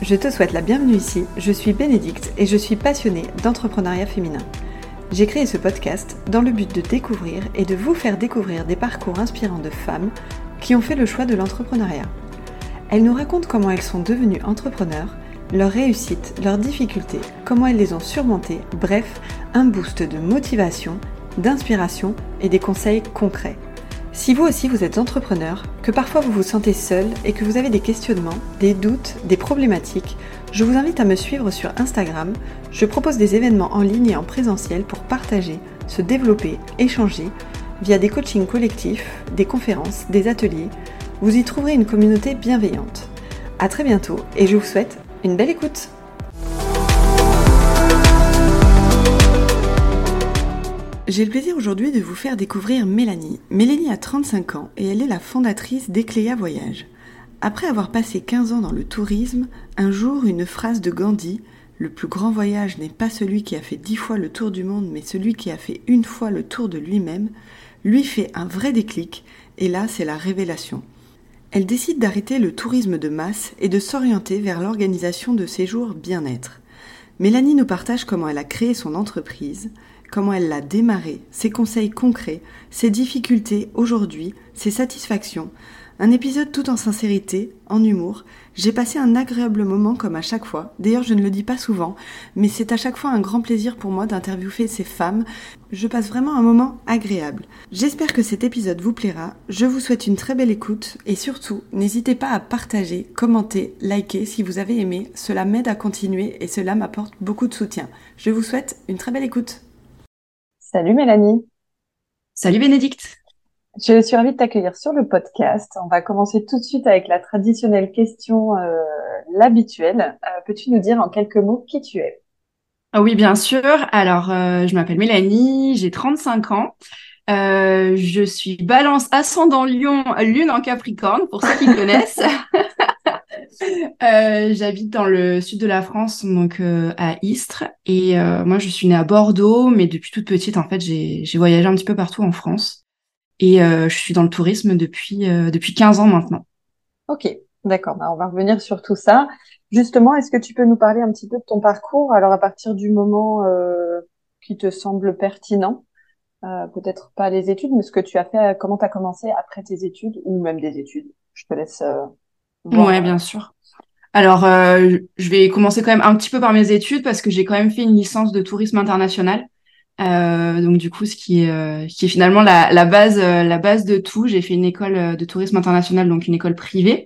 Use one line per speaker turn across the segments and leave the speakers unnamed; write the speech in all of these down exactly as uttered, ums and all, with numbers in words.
Je te souhaite la bienvenue ici, je suis Bénédicte et je suis passionnée d'entrepreneuriat féminin. J'ai créé ce podcast dans le but de découvrir et de vous faire découvrir des parcours inspirants de femmes qui ont fait le choix de l'entrepreneuriat. Elles nous racontent comment elles sont devenues entrepreneurs, leurs réussites, leurs difficultés, comment elles les ont surmontées, bref, un boost de motivation, d'inspiration et des conseils concrets. Si vous aussi vous êtes entrepreneur, que parfois vous vous sentez seul et que vous avez des questionnements, des doutes, des problématiques, je vous invite à me suivre sur Instagram. Je propose des événements en ligne et en présentiel pour partager, se développer, échanger via des coachings collectifs, des conférences, des ateliers. Vous y trouverez une communauté bienveillante. À très bientôt et je vous souhaite une belle écoute. J'ai le plaisir aujourd'hui de vous faire découvrir Mélanie. Mélanie a trente-cinq ans et elle est la fondatrice d'Ecléa Voyage. Après avoir passé quinze ans dans le tourisme, un jour une phrase de Gandhi, « Le plus grand voyage n'est pas celui qui a fait dix fois le tour du monde, mais celui qui a fait une fois le tour de lui-même », lui fait un vrai déclic et là c'est la révélation. Elle décide d'arrêter le tourisme de masse et de s'orienter vers l'organisation de séjours bien-être. Mélanie nous partage comment elle a créé son entreprise, comment elle l'a démarré, ses conseils concrets, ses difficultés aujourd'hui, ses satisfactions. Un épisode tout en sincérité, en humour. J'ai passé un agréable moment comme à chaque fois. D'ailleurs, je ne le dis pas souvent, mais c'est à chaque fois un grand plaisir pour moi d'interviewer ces femmes. Je passe vraiment un moment agréable. J'espère que cet épisode vous plaira. Je vous souhaite une très belle écoute et surtout, n'hésitez pas à partager, commenter, liker si vous avez aimé. Cela m'aide à continuer et cela m'apporte beaucoup de soutien. Je vous souhaite une très belle écoute.
Salut Mélanie.
Salut Bénédicte.
Je suis ravie de t'accueillir sur le podcast. On va commencer tout de suite avec la traditionnelle question, euh, l'habituelle. Euh, peux-tu nous dire en quelques mots qui tu es?
Ah oui, bien sûr. Alors, euh, je m'appelle Mélanie, j'ai trente-cinq ans. Euh, je suis balance ascendant Lion, lune en Capricorne, pour ceux qui connaissent. euh, j'habite dans le sud de la France, donc euh, à Istres. Et euh, moi, je suis née à Bordeaux, mais depuis toute petite, en fait, j'ai, j'ai voyagé un petit peu partout en France. Et euh, je suis dans le tourisme depuis, euh, depuis quinze ans maintenant.
Ok, d'accord. Bah, on va revenir sur tout ça. Justement, est-ce que tu peux nous parler un petit peu de ton parcours? Alors, à partir du moment euh, qui te semble pertinent, euh, peut-être pas les études, mais ce que tu as fait, comment tu as commencé après tes études ou même des études. Je te laisse euh, voir.
Ouais, bien sûr. Alors, euh, je vais commencer quand même un petit peu par mes études parce que j'ai quand même fait une licence de tourisme international. Euh, donc du coup, ce qui est, euh, qui est finalement la, la base, euh, la base de tout. J'ai fait une école euh, de tourisme international, donc une école privée.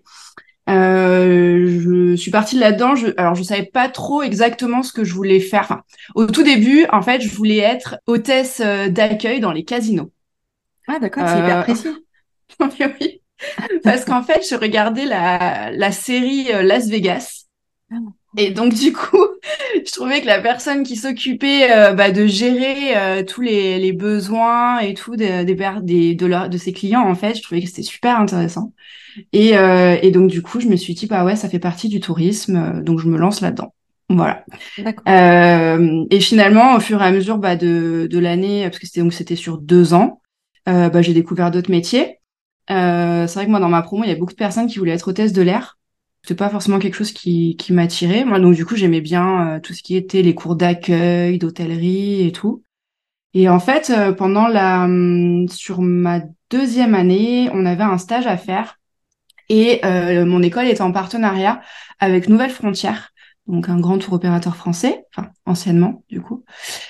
Euh, je suis partie là-dedans. Je, alors, je savais pas trop exactement ce que je voulais faire. Enfin, au tout début, en fait, je voulais être hôtesse euh, d'accueil dans les casinos.
Ah d'accord, c'est hyper
Euh...
précis.
oui, parce qu'en fait, je regardais la, la série euh, Las Vegas. Et donc, du coup, je trouvais que la personne qui s'occupait euh, bah, de gérer euh, tous les, les besoins et tout des, des, des, de, leur, de ses clients, en fait, je trouvais que c'était super intéressant. Et, euh, et donc, du coup, je me suis dit, bah ouais, ça fait partie du tourisme, euh, donc je me lance là-dedans. Voilà.
D'accord.
Euh, et finalement, au fur et à mesure bah, de, de l'année, parce que c'était donc c'était sur deux ans, euh, bah, j'ai découvert d'autres métiers. Euh, c'est vrai que moi, dans ma promo, il y a beaucoup de personnes qui voulaient être hôtesse de l'air. C'était pas forcément quelque chose qui, qui m'attirait. Moi, donc, du coup, j'aimais bien euh, tout ce qui était les cours d'accueil, d'hôtellerie et tout. Et en fait, euh, pendant la, hum, sur ma deuxième année, on avait un stage à faire. Et euh, mon école était en partenariat avec Nouvelles Frontières, donc un grand tour opérateur français, enfin, anciennement, du coup,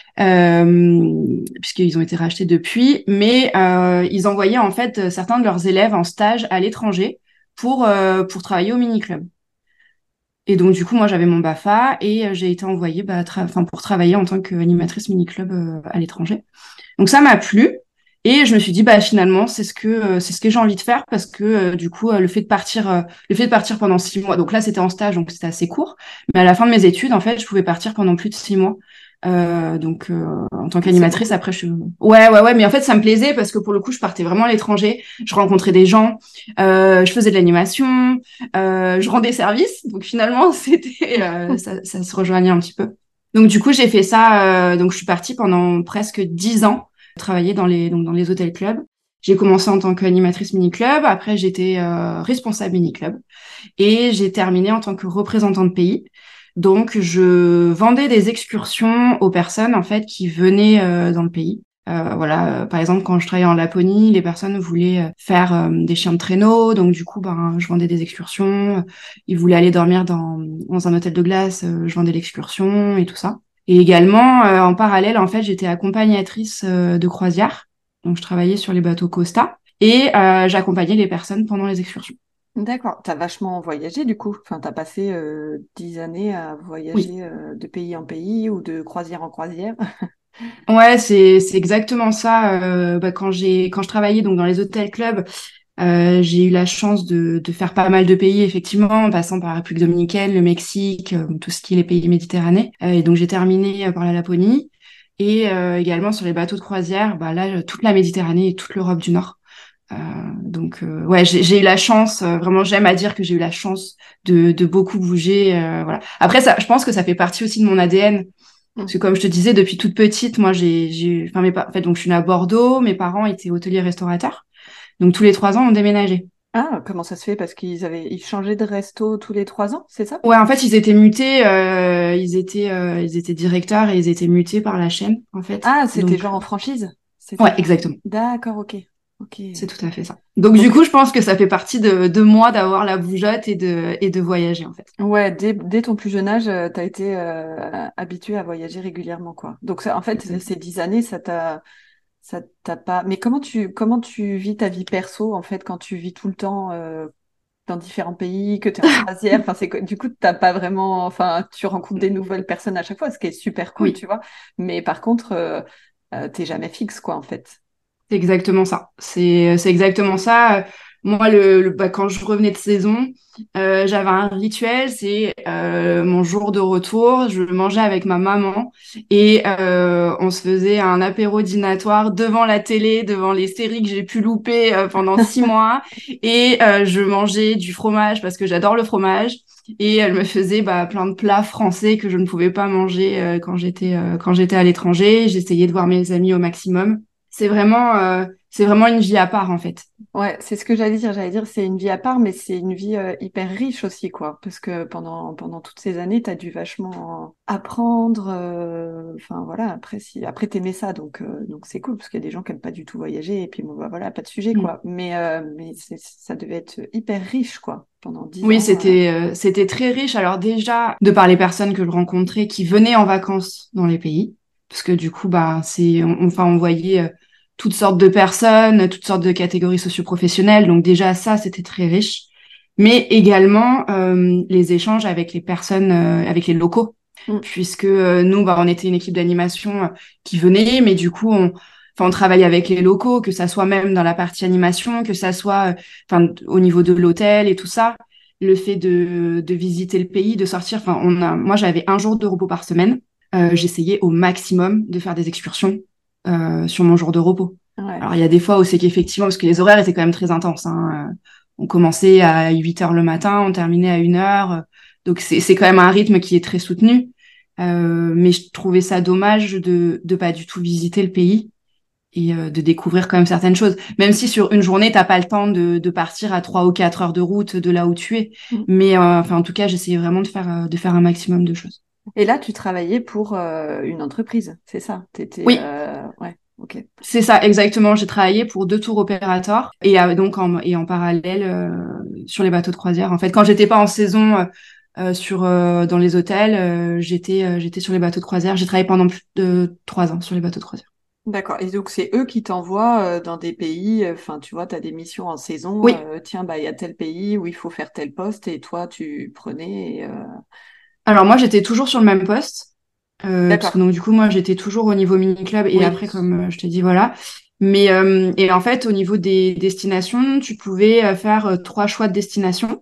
euh, puisqu'ils ont été rachetés depuis. Mais euh, ils envoyaient, en fait, certains de leurs élèves en stage à l'étranger pour, euh, pour travailler au mini-club. Et donc, du coup, moi, j'avais mon BAFA et euh, j'ai été envoyée bah, tra- enfin, pour travailler en tant qu'animatrice mini-club euh, à l'étranger. Donc, ça m'a plu. Et je me suis dit, bah, finalement, c'est ce que, euh, c'est ce que j'ai envie de faire parce que, euh, du coup, euh, le fait de partir, euh, le fait de partir pendant six mois, donc là, c'était en stage, donc c'était assez court. Mais à la fin de mes études, en fait, je pouvais partir pendant plus de six mois. Euh, donc, euh, en tant qu'animatrice, après, je suis... Ouais, ouais, ouais, mais en fait, ça me plaisait parce que pour le coup, je partais vraiment à l'étranger. Je rencontrais des gens, euh, je faisais de l'animation, euh, je rendais service. Donc, finalement, c'était, euh, ça, ça se rejoignait un petit peu. Donc, du coup, j'ai fait ça. Euh, donc, je suis partie pendant presque dix ans travailler dans les, donc dans les hôtels clubs. J'ai commencé en tant qu'animatrice mini-club, après j'étais euh, responsable mini-club et j'ai terminé en tant que représentante pays. Donc je vendais des excursions aux personnes en fait qui venaient euh, dans le pays. Euh, voilà, euh, par exemple quand je travaillais en Laponie, les personnes voulaient euh, faire euh, des chiens de traîneau, donc du coup ben je vendais des excursions. Ils voulaient aller dormir dans, dans un hôtel de glace, euh, je vendais l'excursion et tout ça. Et également euh, en parallèle en fait j'étais accompagnatrice euh, de croisière. Donc, je travaillais sur les bateaux Costa et euh, j'accompagnais les personnes pendant les excursions.
D'accord. T'as vachement voyagé du coup. Enfin, t'as passé euh, dix années à
Oui.
voyager euh, de pays en pays ou de croisière en croisière.
Ouais, c'est c'est exactement ça. Euh, bah, quand j'ai quand je travaillais donc dans les hôtels clubs, euh, j'ai eu la chance de de faire pas mal de pays effectivement, en passant par la République dominicaine, le Mexique, euh, tout ce qui est les pays méditerranéens. Euh, et donc j'ai terminé euh, par la Laponie et euh, également sur les bateaux de croisière, bah là toute la Méditerranée et toute l'Europe du Nord. Euh, donc euh, ouais, j'ai j'ai eu la chance, euh, vraiment j'aime à dire que j'ai eu la chance de, de beaucoup bouger. Euh, voilà. Après ça, je pense que ça fait partie aussi de mon A D N. Parce que
Mm.
comme je te disais, depuis toute petite, moi j'ai, j'ai, enfin mes, pa- en fait donc je suis née à Bordeaux, mes parents étaient hôteliers restaurateurs, donc tous les trois ans on déménageait.
Ah, comment ça se fait? Parce qu'ils avaient ils changeaient de resto tous les trois ans, c'est ça?
Ouais, en fait ils étaient mutés, euh, ils étaient, euh, ils étaient directeurs et ils étaient mutés par la chaîne en fait.
Ah, c'était
Donc
genre en franchise. C'était
ouais,
genre.
exactement.
D'accord, ok. Ok.
C'est tout à fait ça. Donc du
Donc,
coup, je pense que ça fait partie de, de moi d'avoir la bougeotte et de, et de voyager en fait.
ouais, dès, dès ton plus jeune âge, tu as été euh, habitué à voyager régulièrement, quoi. Donc, ça, en fait, ces dix années, ça t'a, ça t'a pas. Mais comment tu, comment tu vis ta vie perso, en fait, quand tu vis tout le temps euh, dans différents pays, que tu es en croisière? Enfin, c'est que, du coup, t'as pas vraiment. Enfin, tu rencontres des nouvelles personnes à chaque fois, ce qui est super cool,
Oui,
tu vois. Mais par contre, euh, euh, t'es jamais fixe, quoi, en fait.
c'est exactement ça. C'est, c'est exactement ça. Moi, le, le- bah, quand je revenais de saison, euh, j'avais un rituel, c'est euh, mon jour de retour, je mangeais avec ma maman et euh, on se faisait un apéro dînatoire devant la télé, devant les séries que j'ai pu louper euh, pendant six mois et euh, je mangeais du fromage parce que j'adore le fromage et elle me faisait bah, plein de plats français que je ne pouvais pas manger euh, quand j'étais euh, quand j'étais à l'étranger. J'essayais de voir mes amis au maximum. C'est vraiment, euh, c'est vraiment une vie à part en fait.
Ouais, c'est ce que j'allais dire. J'allais dire, c'est une vie à part, mais c'est une vie euh, hyper riche aussi, quoi. Parce que pendant, pendant toutes ces années, tu as dû vachement apprendre. euh, Enfin, voilà, après, si, après t'aimais ça, donc euh, donc c'est cool, parce qu'il y a des gens qui n'aiment pas du tout voyager, et puis bon, bah, voilà, pas de sujet,
Mm.
quoi. Mais, euh, mais c'est, ça devait être hyper riche, quoi, pendant dix
Oui,
ans. euh.
c'était, euh, c'était très riche. Alors déjà, de par les personnes que je rencontrais qui venaient en vacances dans les pays, parce que du coup, bah, c'est, on, enfin, on voyait euh, toutes sortes de personnes, toutes sortes de catégories socioprofessionnelles. Donc déjà, ça, c'était très riche. Mais également euh, les échanges avec les personnes, euh, avec les locaux,
Mm.
puisque euh, nous, bah, on était une équipe d'animation euh, qui venait, mais du coup, on, enfin, on travaille avec les locaux, que ça soit même dans la partie animation, que ça soit, euh, enfin, au niveau de l'hôtel et tout ça. Le fait de, de visiter le pays, de sortir. Enfin, on a, moi, j'avais un jour de repos par semaine. Euh, j'essayais au maximum de faire des excursions euh, sur mon jour de repos.
Ouais.
Alors, il y a des fois où c'est qu'effectivement, parce que les horaires étaient quand même très intenses, hein, euh, on commençait à huit heures le matin, on terminait à une heure. Donc, c'est, c'est quand même un rythme qui est très soutenu. Euh, mais je trouvais ça dommage de de pas du tout visiter le pays et euh, de découvrir quand même certaines choses. Même si sur une journée, t'as pas le temps de, de partir à trois ou quatre heures de route de là où tu es.
Mm.
Mais euh, enfin, en tout cas, j'essayais vraiment de faire, euh, de faire un maximum de choses.
Et là, tu travaillais pour euh, une entreprise, c'est ça? T'étais,
Oui,
euh, ouais, ok.
c'est ça, exactement. J'ai travaillé pour deux tours opérateurs et euh, donc en, et en parallèle euh, sur les bateaux de croisière. En fait, quand j'étais pas en saison euh, euh, sur euh, dans les hôtels, euh, j'étais euh, j'étais sur les bateaux de croisière. J'ai travaillé pendant plus de trois ans sur les bateaux de croisière.
D'accord. Et donc, c'est eux qui t'envoient euh, dans des pays, euh, enfin, tu vois, tu as des missions en saison,
Oui.
euh, tiens, bah, il y a tel pays où il faut faire tel poste, et toi, tu prenais. Et, euh,
Alors moi, j'étais toujours sur le même poste. Euh, parce que
D'accord.
donc du coup moi j'étais toujours au niveau mini club et
Oui.
après comme euh, je te dis voilà mais euh, et en fait au niveau des destinations tu pouvais euh, faire euh, trois choix de destination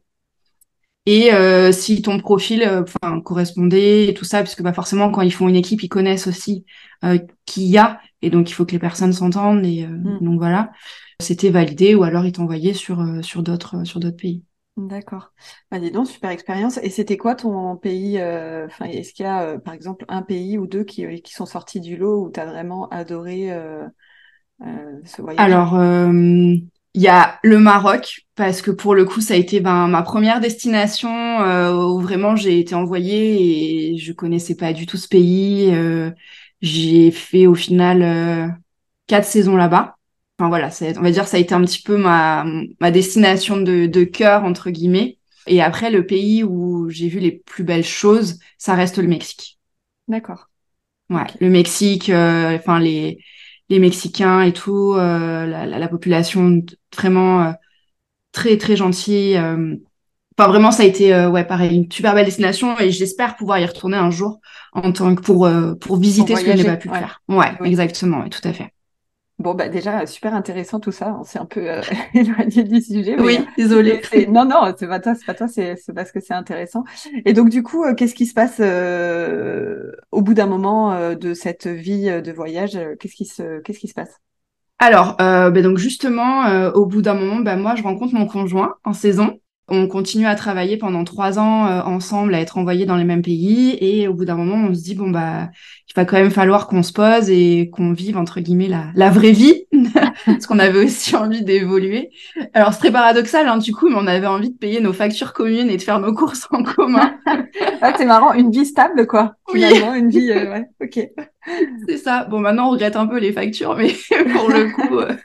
et euh, si ton profil euh, enfin correspondait et tout ça puisque bah forcément quand ils font une équipe ils connaissent aussi euh, qui y a et donc il faut que les personnes s'entendent et euh,
Hmm.
donc voilà c'était validé ou alors ils t'envoyaient sur euh, sur d'autres sur d'autres pays.
D'accord. Bah, dis donc, super expérience. Et c'était quoi ton pays euh, Enfin, est-ce qu'il y a, euh, par exemple, un pays ou deux qui, qui sont sortis du lot où tu as vraiment adoré euh, euh, ce voyage?
Alors, euh, il y a le Maroc, parce que pour le coup, ça a été ben, ma première destination euh, où vraiment j'ai été envoyée et je connaissais pas du tout ce pays. Euh, j'ai fait au final euh, quatre saisons là-bas. Enfin voilà, c'est- on va dire ça a été un petit peu ma, ma destination de, de cœur, entre guillemets. Et après, le pays où j'ai vu les plus belles choses, ça reste le Mexique.
D'accord.
Ouais,
Ok.
le Mexique, euh, enfin les les Mexicains et tout, euh, la, la, la population t- vraiment euh, très très gentille. euh. Enfin vraiment, ça a été euh, ouais pareil une super belle destination et j'espère pouvoir y retourner un jour en tant que pour euh, pour
Pour
visiter ce que je n'ai pas
voyager,
pu
ouais.
faire. Ouais,
Oui.
exactement, ouais, tout à fait.
Bon, bah déjà, super intéressant tout ça. On s'est un peu euh, éloigné du sujet, mais, euh,
Oui,
mais
désolée.
c'est... Non, non, c'est pas toi, c'est pas toi, c'est c'est parce que c'est intéressant. Et donc, du coup, euh, qu'est-ce qui se passe euh, au bout d'un moment euh, de cette vie euh, de voyage? euh, Qu'est-ce qui se, qu'est-ce qui se passe?
Alors, euh, ben donc justement, euh, au bout d'un moment, ben moi, je rencontre mon conjoint en saison. On continue à travailler pendant trois ans euh, ensemble, à être envoyés dans les mêmes pays. Et au bout d'un moment, on se dit, bon, bah, il va quand même falloir qu'on se pose et qu'on vive, entre guillemets, la, la vraie vie. Parce qu'on avait aussi envie d'évoluer. Alors, c'est très paradoxal, hein, du coup, mais on avait envie de payer nos factures communes et de faire nos courses en commun.
Ah, c'est marrant, une vie stable, quoi.
Oui,
Finalement, une vie, euh, ouais, ok.
c'est ça. Bon, maintenant, on regrette un peu les factures, mais pour le coup, euh,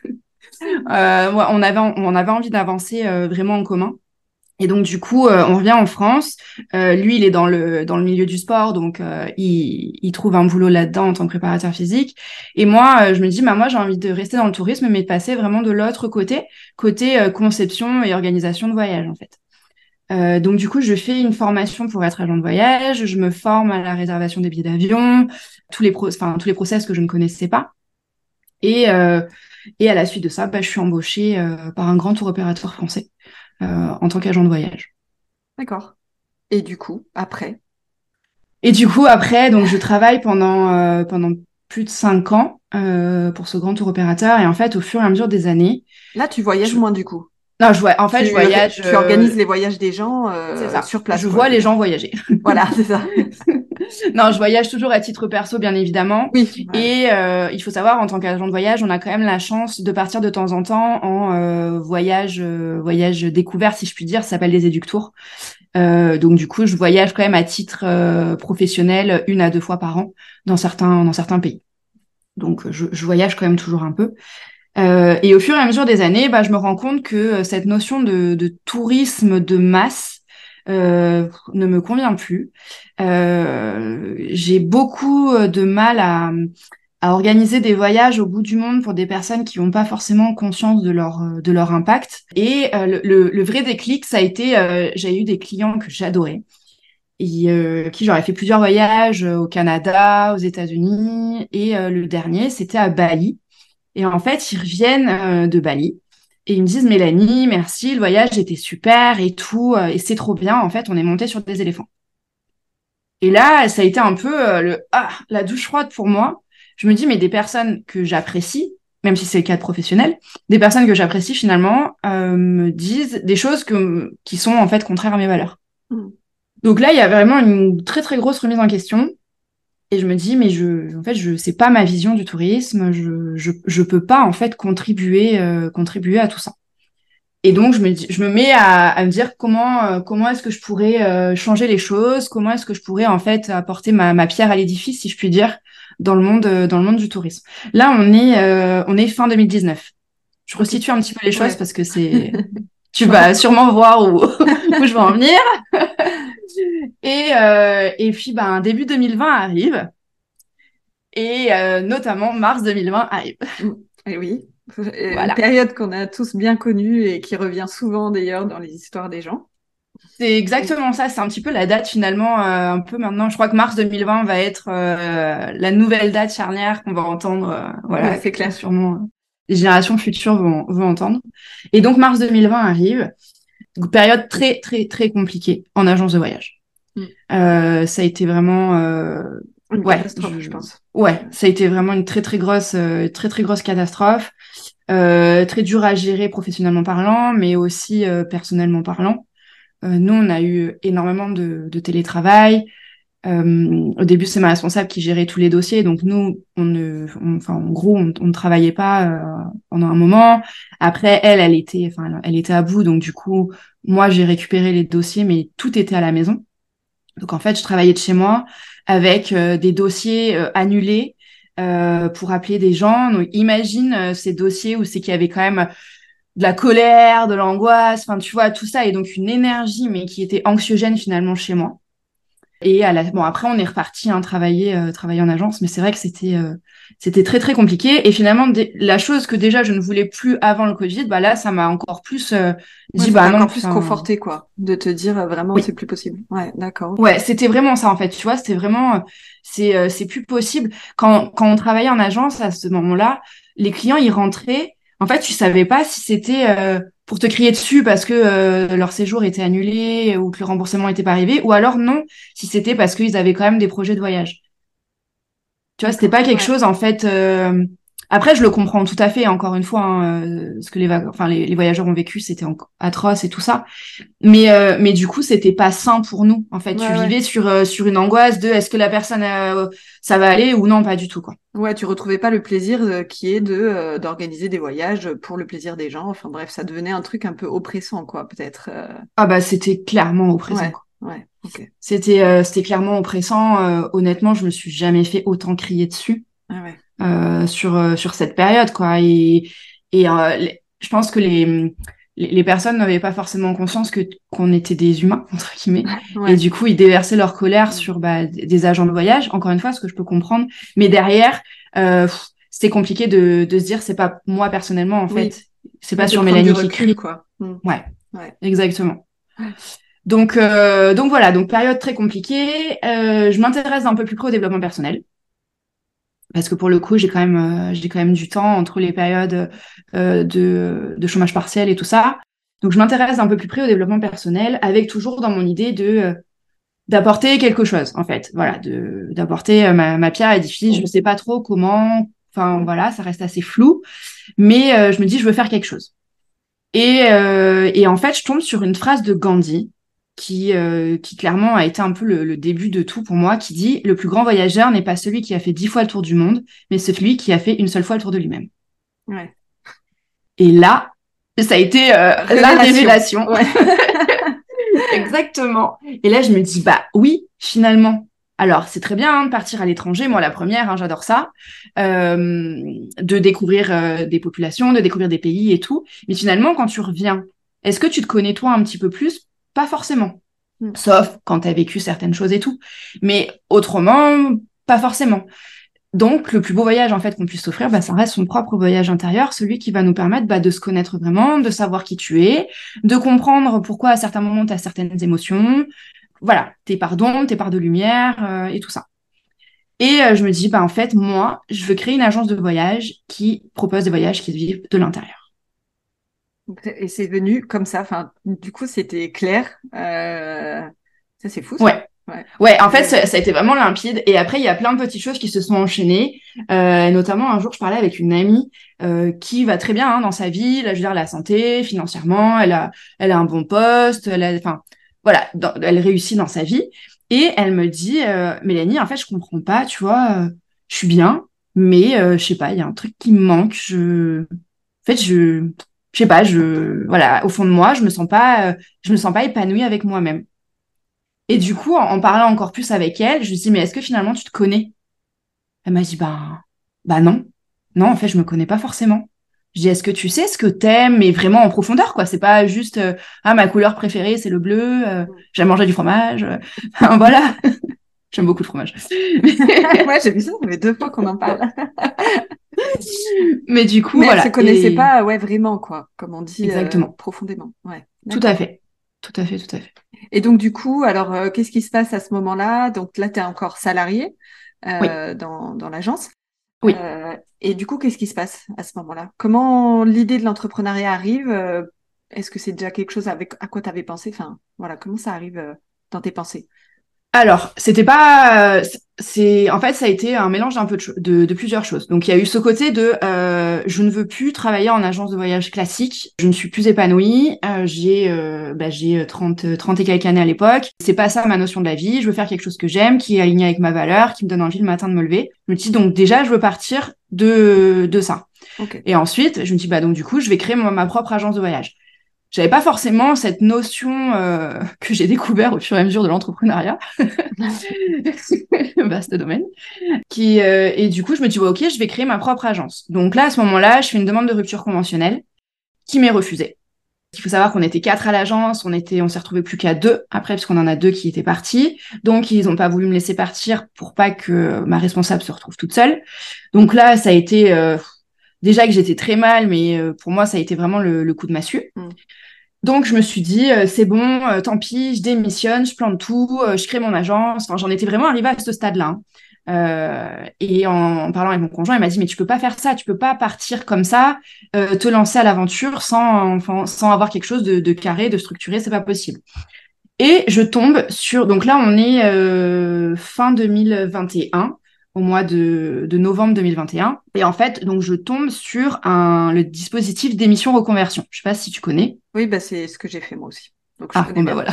euh, ouais, on avait, on avait envie d'avancer euh, vraiment en commun. Et donc du coup, euh, on revient en France. Euh, lui, il est dans le dans le milieu du sport, donc euh, il, il trouve un boulot là-dedans en tant que préparateur physique. Et moi, euh, je me dis, bah moi, j'ai envie de rester dans le tourisme, mais de passer vraiment de l'autre côté, côté euh, conception et organisation de voyage en fait. Euh, donc du coup, je fais une formation pour être agent de voyage. Je me forme à la réservation des billets d'avion, tous les pro enfin tous les process que je ne connaissais pas. Et euh, et à la suite de ça, bah, je suis embauchée euh, par un grand tour opérateur français euh, en tant qu'agent de voyage.
D'accord. Et du coup, après,
Et du coup, après, donc je travaille pendant, euh, pendant plus de cinq ans euh, pour ce grand tour opérateur. Et en fait, au fur et à mesure des années,
là, tu voyages
je...
moins du coup.
non, je vois, en fait, je
Tu, ré-
voyage,
tu
euh,
organises les voyages des gens
c'est
euh,
ça.
sur place,
Je
quoi,
vois
je veux
les
dire.
gens voyager.
Voilà, c'est ça.
Non, je voyage toujours à titre perso, bien évidemment.
Oui, ouais.
Et euh, il faut savoir, en tant qu'agent de voyage, on a quand même la chance de partir de temps en temps en euh, voyage, euh, voyage découvert, si je puis dire. Ça s'appelle des éductours. Euh, donc du coup, je voyage quand même à titre euh, professionnel une à deux fois par an dans certains, dans certains pays. Donc je, je voyage quand même toujours un peu. Euh, et au fur et à mesure des années, bah, je me rends compte que euh, cette notion de, de tourisme de masse euh, ne me convient plus. Euh, j'ai beaucoup euh, de mal à, à organiser des voyages au bout du monde pour des personnes qui n'ont pas forcément conscience de leur, euh, de leur impact. Et euh, le, le, le vrai déclic, ça a été, euh, j'ai eu des clients que j'adorais et euh, qui j'aurais fait plusieurs voyages euh, au Canada, aux États-Unis, et euh, le dernier, c'était à Bali. Et en fait, ils reviennent euh, de Bali et ils me disent, Mélanie, merci, le voyage était super et tout, euh, et c'est trop bien. En fait, on est monté sur des éléphants. Et là, ça a été un peu euh, le ah, la douche froide pour moi. Je me dis, mais des personnes que j'apprécie, même si c'est le cas de professionnels, des personnes que j'apprécie finalement euh, me disent des choses que, qui sont en fait contraires à mes valeurs.
Mm.
Donc là, il y a vraiment une très très grosse remise en question. Et je me dis, mais je, en fait, je, c'est pas ma vision du tourisme. Je, je, je peux pas en fait contribuer, euh, contribuer à tout ça. Et donc, je me dis, je me mets à, à me dire comment, euh, comment est-ce que je pourrais euh, changer les choses, comment est-ce que je pourrais en fait apporter ma, ma pierre à l'édifice, si je puis dire, dans le monde, euh, dans le monde du tourisme. Là, on est, euh, on est fin deux mille dix-neuf. Je
Ok.
resitue un petit peu les choses
Ouais.
parce que c'est, tu
Non.
vas sûrement voir où, où je vais en venir. Et, euh, et puis, ben, début deux mille vingt arrive. Et euh, notamment mars deux mille vingt arrive.
Mm. Et oui, Euh, une
Voilà.
période qu'on a tous bien connue et qui revient souvent d'ailleurs dans les histoires des gens.
C'est
Et
exactement ça. C'est un petit peu la date finalement, euh, un peu maintenant. Je crois que mars deux mille vingt va être euh, la nouvelle date charnière qu'on va entendre, euh,
ouais,
voilà,
c'est
que
clair.
sûrement euh, les générations futures vont, vont entendre. Et donc mars deux mille vingt arrive, donc, période très très très compliquée en agence de voyage.
Mm.
Euh, ça a été vraiment, euh,
Une
ouais,
catastrophe, je
je,
pense.
ouais, ça a été vraiment une très très grosse, euh, très très grosse catastrophe. Euh, très dur à gérer professionnellement parlant, mais aussi euh, personnellement parlant. Euh, nous, on a eu énormément de, de télétravail. Euh, au début, c'est ma responsable qui gérait tous les dossiers, donc nous, on ne, on- enfin, en gros, on, on ne travaillait pas euh, pendant un moment. Après, elle, elle était, enfin, elle, elle était à bout, donc du coup, moi, j'ai récupéré les dossiers, mais tout était à la maison. Donc en fait, je travaillais de chez moi avec euh, des dossiers euh, annulés euh, pour appeler des gens. Donc imagine euh, ces dossiers où c'est qu'il y avait quand même de la colère, de l'angoisse, enfin tu vois tout ça et donc une énergie mais qui était anxiogène finalement chez moi. Et à la... bon après on est reparti hein, travailler euh, travailler en agence, mais c'est vrai que c'était euh, c'était très très compliqué et finalement dé- la chose que déjà je ne voulais plus avant le Covid, bah là ça m'a encore plus euh,
Ouais,
dit
ça
bah
t'a
non,
encore plus
enfin
conforté, quoi, de te dire euh, vraiment
oui.
c'est plus possible. Ouais, d'accord, ok.
Ouais, c'était vraiment ça en fait, tu vois, c'était vraiment euh, c'est euh, c'est plus possible quand quand on travaillait en agence à ce moment-là, les clients ils rentraient, en fait, tu savais pas si c'était euh, pour te crier dessus parce que euh, leur séjour était annulé ou que le remboursement n'était pas arrivé ou alors non, si c'était parce qu'ils avaient quand même des projets de voyage. Tu vois, c'était
D'accord,
pas quelque
ouais.
chose en fait. euh, Après, je le comprends tout à fait. Encore une fois, hein, euh, ce que les, va- enfin, les, les voyageurs ont vécu, c'était en- atroce et tout ça. Mais euh, mais du coup, c'était pas sain pour nous. En fait, tu
Ouais, ouais.
vivais sur euh, sur une angoisse de est-ce que la personne euh, ça va aller ou non, pas du tout quoi.
Ouais, tu retrouvais pas le plaisir euh, qui est de euh, d'organiser des voyages pour le plaisir des gens. Enfin bref, ça devenait un truc un peu oppressant, quoi, peut-être. euh.
Ah bah c'était clairement oppressant
Ouais,
quoi.
ouais, ok.
C'était euh, c'était clairement oppressant. Euh, honnêtement, je me suis jamais fait autant crier dessus
Ah ouais.
euh, sur euh, sur cette période quoi. Et et euh, les- je pense que les les les personnes n'avaient pas forcément conscience que qu'on était des humains entre guillemets et
Ouais.
du coup ils déversaient leur colère
Mm.
sur bah, des des agents de voyage encore une fois ce que je peux comprendre mais derrière euh, pff, c'était compliqué de de se dire c'est pas moi personnellement en
Oui,
fait c'est
oui,
pas
de
sur
prendre du
Mélanie qui
recul,
crie
quoi. Mm.
ouais
Ouais.
exactement
Ouais.
donc euh, donc voilà donc période très compliquée. Euh, je m'intéresse un peu plus près au développement personnel parce que pour le coup, j'ai quand même, euh, j'ai quand même du temps entre les périodes euh, de, de chômage partiel et tout ça. Donc, je m'intéresse un peu plus près au développement personnel, avec toujours dans mon idée de euh, d'apporter quelque chose, en fait. Voilà,
Mm.
de d'apporter euh, ma, ma pierre à l'édifice. Je ne sais pas trop comment. Enfin, voilà, ça reste assez flou, mais euh, je me dis, je veux faire quelque chose. Et, euh, et en fait, je tombe sur une phrase de Gandhi qui, euh, qui clairement a été un peu le, le début de tout pour moi, qui dit, le plus grand voyageur n'est pas celui qui a fait dix fois le tour du monde, mais celui qui a fait une seule fois le tour de lui-même.
Ouais.
Et là, ça a été euh, la
Révélation.
révélation.
Ouais.
Exactement. Et là, je me dis, bah oui, finalement. Alors, c'est très bien hein, de partir à l'étranger, moi la première, hein, j'adore ça, euh, de découvrir euh, des populations, de découvrir des pays et tout. Mais finalement, quand tu reviens, est-ce que tu te connais toi un petit peu plus? Pas forcément.
Mm.
Sauf quand tu as vécu certaines choses et tout. Mais autrement, pas forcément. Donc, le plus beau voyage en fait qu'on puisse s'offrir, bah, ça reste son propre voyage intérieur, celui qui va nous permettre bah, de se connaître vraiment, de savoir qui tu es, de comprendre pourquoi à certains moments tu as certaines émotions, voilà, tes parts d'ombre, tes parts de lumière euh, et tout ça. Et euh, je me dis, bah en fait, moi, je veux créer une agence de voyage qui propose des voyages qui se vivent de l'intérieur.
Et c'est venu comme ça. Enfin, du coup, c'était clair. Euh, Ça, c'est fou, ça.
Ouais.
Ouais.
Ouais, en fait,
Et-
ça, ça a été vraiment limpide. Et après, il y a plein de petites choses qui se sont enchaînées. Euh, notamment, un jour, je parlais avec une amie euh, qui va très bien hein, dans sa vie. Là, je veux dire, la santé, financièrement, elle a, elle a un bon poste. Elle a, enfin, voilà, dans- elle réussit dans sa vie. Et elle me dit, euh, Mélanie, en fait, je comprends pas, tu vois, euh, je suis bien, mais euh, je sais pas, il y a un truc qui me manque. Je, en fait, je, je sais pas, je, voilà, au fond de moi, je me sens pas, euh, je me sens pas épanouie avec moi-même. Et du coup, en, en parlant encore plus avec elle, je lui dis, mais est-ce que finalement tu te connais? Elle m'a dit, bah, bah non. Non, en fait, je me connais pas forcément. Je dis, est-ce que tu sais ce que t'aimes, mais vraiment en profondeur, quoi. C'est pas juste, euh, ah, ma couleur préférée, c'est le bleu, euh, j'aime manger du fromage. euh, Enfin, voilà. J'aime beaucoup le fromage.
Ouais, j'ai vu ça, ça fait deux fois qu'on en parle.
Mais du coup,
Mais elle se
voilà.
connaissait
Et
pas, ouais, vraiment, quoi, comme on dit, euh,
exactement.
profondément. Ouais,
Tout à
d'accord.
fait. Tout à fait, tout à fait.
Et donc, du coup, alors, euh, qu'est-ce qui se passe à ce moment-là? Donc là, tu es encore salarié
Oui,
euh, dans, dans l'agence.
oui.
Euh, et du coup, qu'est-ce qui se passe à ce moment-là? Comment l'idée de l'entrepreneuriat arrive? Euh, Est-ce que c'est déjà quelque chose avec à quoi tu avais pensé? Enfin, voilà, comment ça arrive euh, dans tes pensées?
Alors, c'était pas, c'est, en fait, ça a été un mélange d'un peu de, cho- de, de plusieurs choses. Donc, il y a eu ce côté de, euh, je ne veux plus travailler en agence de voyage classique. Je ne suis plus épanouie. Euh, j'ai, euh, bah, j'ai trente, trente et quelques années à l'époque. C'est pas ça ma notion de la vie. Je veux faire quelque chose que j'aime, qui est aligné avec ma valeur, qui me donne envie le matin de me lever. Je me dis donc déjà, je veux partir de, de ça.
Ok.
Et ensuite, je me dis bah donc du coup, je vais créer ma, ma propre agence de voyage. J'avais pas forcément cette notion euh, que j'ai découvert au fur et à mesure de l'entrepreneuriat, vaste domaine. Qui euh, et du coup, je me dis ouais, ok, je vais créer ma propre agence. Donc là, à ce moment-là, je fais une demande de rupture conventionnelle qui m'est refusée. Il faut savoir qu'on était quatre à l'agence, on était, on s'est retrouvé plus qu'à deux après, parce qu'on en a deux qui étaient partis. Donc ils ont pas voulu me laisser partir pour pas que ma responsable se retrouve toute seule. Donc là, ça a été euh, déjà que j'étais très mal, mais euh, pour moi, ça a été vraiment le, le coup de massue.
Mm.
Donc, je me suis dit, euh, c'est bon, euh, tant pis, je démissionne, je plante tout, euh, je crée mon agence. Enfin, j'en étais vraiment arrivée à ce stade-là, hein. Euh, et en, en parlant avec mon conjoint, il m'a dit, mais tu peux pas faire ça, tu peux pas partir comme ça, euh, te lancer à l'aventure sans, enfin, sans avoir quelque chose de, de carré, de structuré, c'est pas possible. Et je tombe sur, donc là, on est euh, fin deux mille vingt et un, au mois de, de novembre deux mille vingt et un. Et en fait, donc je tombe sur un, le dispositif d'émission reconversion. Je sais pas si tu connais.
Oui, bah c'est ce que j'ai fait moi aussi. Donc je
Ah,
connais
bon, bah
bien.
voilà.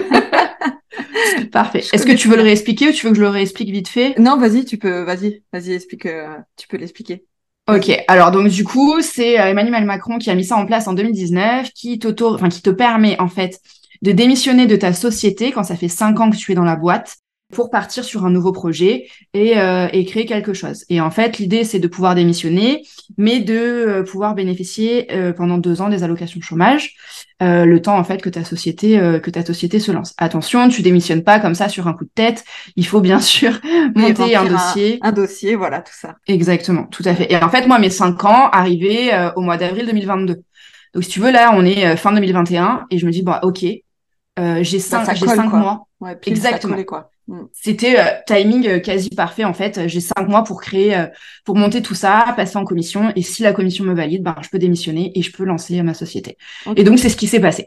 Parfait.
Je
Est-ce que
connais
tu
très
veux le
bien.
réexpliquer ou tu veux que je le réexplique vite fait?
Non, vas-y, tu peux, vas-y, vas-y, explique, euh, tu peux l'expliquer.
Ok,
Vas-y.
alors donc du coup, c'est euh, Emmanuel Macron qui a mis ça en place en deux mille dix-neuf, qui t'auto, enfin qui te permet en fait de démissionner de ta société quand ça fait cinq ans que tu es dans la boîte pour partir sur un nouveau projet et, euh, et créer quelque chose. Et en fait, l'idée c'est de pouvoir démissionner, mais de euh, pouvoir bénéficier euh, pendant deux ans des allocations chômage, euh, le temps en fait que ta société euh, que ta société se lance. Attention, tu démissionnes pas comme ça sur un coup de tête. Il faut bien sûr
Oui,
monter un
remplir un,
dossier.
un dossier, voilà, tout ça.
Exactement, tout à
Ouais.
fait. Et en fait, moi, mes cinq ans arrivaient euh, au mois d'avril deux mille vingt-deux. Donc, si tu veux, là, on est euh, fin deux mille vingt et un et un et je me dis, bah, ok, euh, j'ai
Bah,
cinq,
ça
j'ai
colle,
cinq
quoi.
mois.
Ouais, pile, ça collait,
Exactement.
quoi. Mm.
C'était euh, timing euh, quasi parfait, en fait. J'ai cinq mois pour créer, euh, pour monter tout ça, passer en commission. Et si la commission me valide, bah, je peux démissionner et je peux lancer ma société. Et
Ok.
donc, c'est ce qui s'est passé.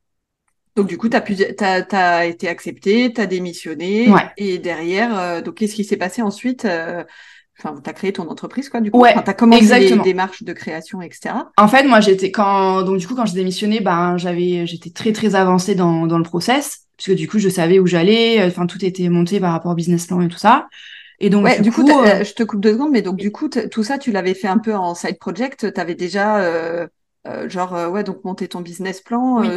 Donc, du coup, t'as pu, t'as, t'as été accepté, t'as démissionné,
Ouais,
et derrière, euh, donc, qu'est-ce qui s'est passé ensuite? euh, Enfin, t'as créé ton entreprise, quoi, du coup. Enfin,
ouais,
t'as commencé les
exactement.
démarches de création, et cetera.
En fait, moi, j'étais quand donc du coup quand j'ai démissionné, ben j'avais j'étais très très avancée dans dans le process puisque du coup je savais où j'allais, euh, enfin tout était monté par rapport au business plan et tout ça. Et donc
Ouais,
du
du coup,
coup, euh,
t'as- euh, je te coupe deux secondes, mais donc,
oui,
du coup, t- tout ça, tu l'avais fait un peu en side project. T'avais déjà, euh, euh, genre, euh, ouais, donc, monté ton business plan,
oui,
euh,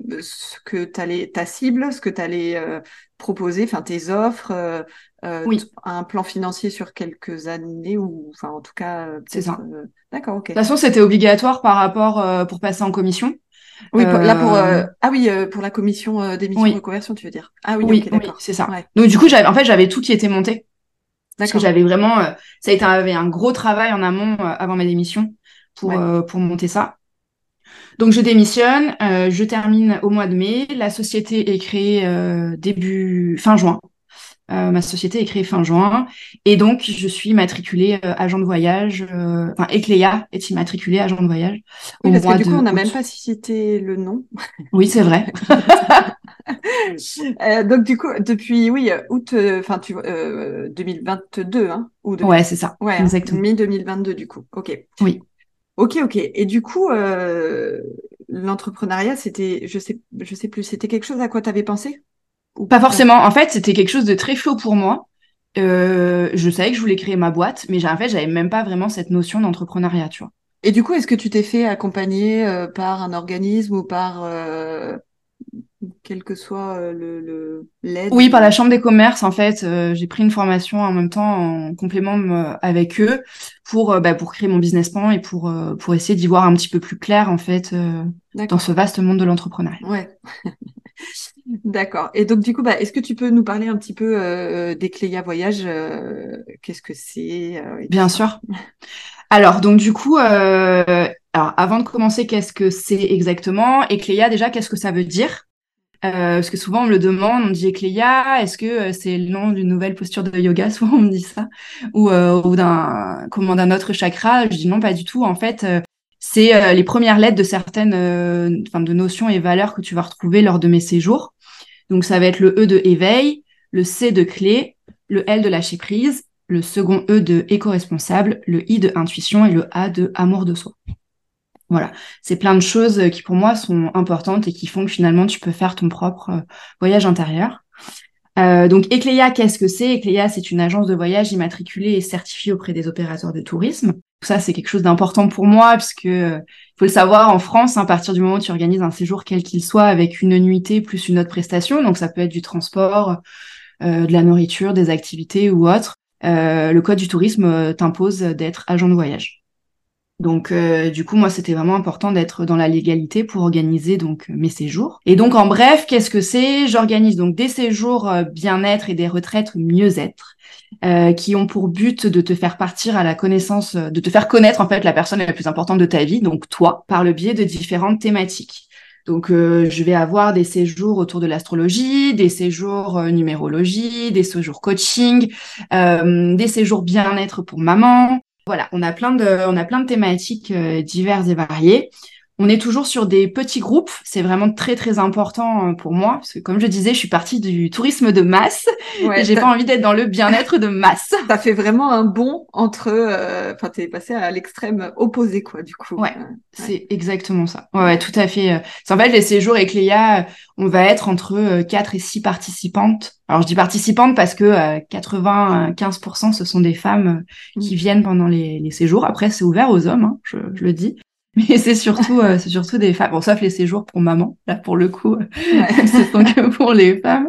ce que t'allais, ta cible, ce que t'allais euh, proposer, enfin, tes offres, euh, euh, t-
oui,
un plan financier sur quelques années, ou, enfin, en tout cas, euh,
c'est
peut-être.
ça.
euh, D'accord, ok.
De toute façon, c'était obligatoire par rapport euh, pour passer en commission.
Oui, pour- là, pour,
Euh,
euh, ah oui, euh, pour la commission euh, d'émission
oui,
reconversion, tu veux dire. Ah oui,
oui,
ok,
oui,
d'accord.
c'est ça.
Ouais,
Donc du coup,
ok,
j'avais en fait j'avais tout qui était monté puisque
d'accord.
j'avais vraiment euh, ça a été un, avait un gros travail en amont euh, avant ma démission pour
Ouais.
euh, pour monter ça. Donc je démissionne, euh, je termine au mois de mai. La société est créée euh, début fin juin. Euh, ma société est créée fin juin et donc je suis matriculée euh, agent de voyage. euh, Enfin, Ecléa est immatriculée agent de voyage
Oui,
au
parce que
mois
du coup, on
de
n'a même
août.
pas cité le nom.
Oui, c'est vrai.
Euh, donc du coup, depuis oui, euh, août, euh, enfin tu vois, euh, deux mille vingt-deux, hein, ou deux mille,
Ouais, c'est ça,
ouais, hein,
exactement.
mi deux mille vingt-deux du coup. Ok,
Oui.
ok, ok. Et du coup, euh, l'entrepreneuriat, c'était, je sais, je sais plus, c'était quelque chose à quoi tu avais pensé ou
Pas
pas?
forcément. En fait, c'était quelque chose de très chaud pour moi. Euh, je savais que je voulais créer ma boîte, mais j'ai- en fait, j'avais même pas vraiment cette notion d'entrepreneuriat, tu vois.
Et du coup, est-ce que tu t'es fait accompagner euh, par un organisme ou par euh, quel que soit euh, le, le- l'aide
Oui, par la
ou
Chambre des commerces, en fait, euh, j'ai pris une formation en même temps en complément euh, avec eux pour, euh, bah, pour créer mon business plan et pour, euh, pour essayer d'y voir un petit peu plus clair, en fait, euh, dans ce
d'accord.
vaste monde de l'entrepreneuriat.
Ouais. D'accord. Et donc, du coup, bah, est-ce que tu peux nous parler un petit peu euh, des Cléa Voyage, euh, qu'est-ce que c'est euh, et tout
Bien
ça?
sûr. Alors, donc, du coup, euh, alors, avant de commencer, qu'est-ce que c'est exactement? Ecléa, déjà, qu'est-ce que ça veut dire? Euh, parce que souvent, on me le demande, on me dit Ecléa, est-ce que euh, c'est le nom d'une nouvelle posture de yoga? Souvent, on me dit ça. Ou, euh, ou d'un, comment, d'un autre chakra. Je dis non, pas du tout. En fait, euh, c'est euh, les premières lettres de certaines, euh, enfin, de notions et valeurs que tu vas retrouver lors de mes séjours. Donc, ça va être le E de éveil, le C de clé, le L de lâcher prise, le second E de éco-responsable, le I de intuition et le A de amour de soi. Voilà, c'est plein de choses qui pour moi sont importantes et qui font que finalement tu peux faire ton propre euh, voyage intérieur. Euh, donc Ecleia, qu'est-ce que c'est? Ecleia, c'est une agence de voyage immatriculée et certifiée auprès des opérateurs de tourisme. Ça, c'est quelque chose d'important pour moi parce que euh, faut le savoir, en France, hein, à partir du moment où tu organises un séjour quel qu'il soit avec une nuitée plus une autre prestation, donc ça peut être du transport, euh, de la nourriture, des activités ou autre, euh, le code du tourisme euh, t'impose d'être agent de voyage. Donc, euh, du coup, moi, c'était vraiment important d'être dans la légalité pour organiser donc mes séjours. Et donc, en bref, qu'est-ce que c'est? J'organise donc des séjours euh, bien-être et des retraites mieux-être, euh, qui ont pour but de te faire partir à la connaissance, de te faire connaître en fait la personne la plus importante de ta vie, donc toi, par le biais de différentes thématiques. Donc, euh, je vais avoir des séjours autour de l'astrologie, des séjours euh, numérologie, des séjours coaching, euh, des séjours bien-être pour maman. Voilà, on a plein de, on a plein de thématiques euh, diverses et variées. On est toujours sur des petits groupes. C'est vraiment très, très important euh, pour moi parce que, comme je disais, je suis partie du tourisme de masse
Ouais,
et j'ai
t'as,
pas envie d'être dans le bien-être de masse.
t'as fait vraiment un bond entre, euh, enfin, t'es passé à l'extrême opposé, quoi, du coup.
Ouais,
Euh, ouais.
c'est exactement ça. Ouais, ouais, tout à fait. euh. C'est en fait les séjours avec Léa, euh, on va être entre euh, quatre et six participantes. Alors je dis participantes parce que euh, quatre-vingt-quinze pour cent ce sont des femmes euh,
Mm.
qui viennent pendant les, les séjours. Après c'est ouvert aux hommes, hein, je, je le dis. Mais c'est surtout, euh, c'est surtout des femmes. Bon, sauf les séjours pour maman. Là, pour le coup, euh,
Ouais.
ce sont que pour les femmes.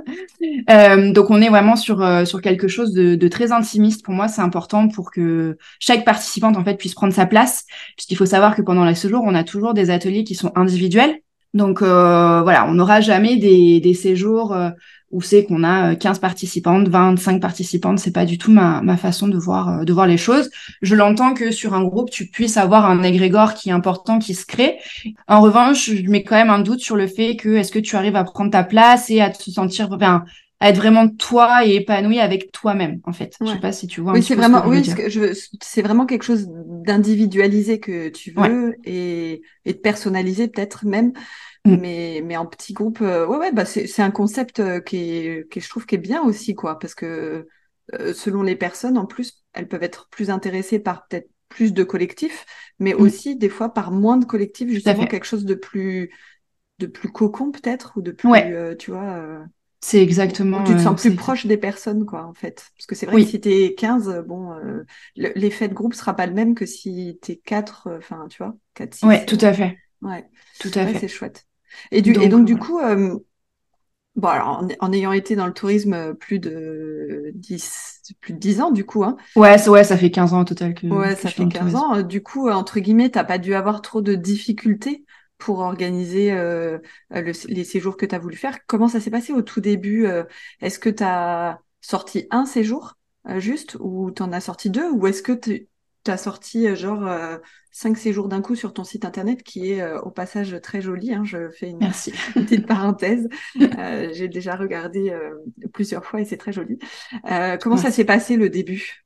Euh, donc, on est vraiment sur euh, sur quelque chose de, de très intimiste. Pour moi, c'est important pour que chaque participante en fait puisse prendre sa place, puisqu'il faut savoir que pendant les séjours, on a toujours des ateliers qui sont individuels. Donc euh, voilà, on n'aura jamais des, des séjours euh, où c'est qu'on a quinze participantes, vingt-cinq participantes. C'est pas du tout ma, ma façon de voir, euh, de voir les choses. Je l'entends que sur un groupe, tu puisses avoir un égrégore qui est important, qui se crée. En revanche, je mets quand même un doute sur le fait que est-ce que tu arrives à prendre ta place et à te sentir, enfin, à être vraiment toi et épanoui avec toi-même, en fait. Je sais
Ouais.
pas si tu vois un
Oui,
petit
c'est
peu ce que
vraiment,
je veux
oui, ce
dire.
que je veux, c'est vraiment quelque chose d'individualisé que tu
Ouais.
veux et, et de personnalisé peut-être même,
Mm.
mais, mais en petit groupe, euh, ouais, ouais, bah c'est, c'est un concept euh, qui est, qui est, je trouve, qui est bien aussi, quoi, parce que euh, selon les personnes, en plus, elles peuvent être plus intéressées par peut-être plus de collectifs, mais
Mm.
aussi des fois par moins de collectifs,
Tout à
justement,
fait.
quelque chose de plus, de plus cocon peut-être, ou de plus,
Ouais,
euh, tu vois. Euh,
c'est
où où
exactement,
tu te
euh,
sens
c'est
plus
exact.
proche des personnes, quoi, en fait. Parce que c'est vrai que
Oui,
si t'es quinze, euh, bon, euh, le- l'effet de groupe sera pas le même que si t'es quatre, euh, enfin, tu vois, quatre
ouais,
six.
tout à fait,
Ouais,
tout à
ouais, c'est
fait.
chouette. Et, du, et
Donc
donc, du
voilà.
coup, euh, bon, alors, en, en ayant été dans le tourisme euh, plus de dix plus de dix ans, du coup, hein,
Ouais, ça, ouais, ça fait quinze ans au total que,
ouais,
que
ça
je suis dans
fait
le
quinze
tourisme.
ans, euh, du coup, euh, entre guillemets, t'as pas dû avoir trop de difficultés pour organiser euh, euh, le- les séjours que tu as voulu faire. Comment ça s'est passé au tout début? euh, Est-ce que tu as sorti un séjour euh, juste ou tu en as sorti deux? Ou est-ce que tu as sorti euh, genre euh, cinq séjours d'un coup sur ton site internet qui est euh, au passage très joli, hein, je fais une,
Merci.
une petite parenthèse. Euh, j'ai déjà regardé euh, plusieurs fois et c'est très joli. Euh, comment ça
Merci.
s'est passé le début?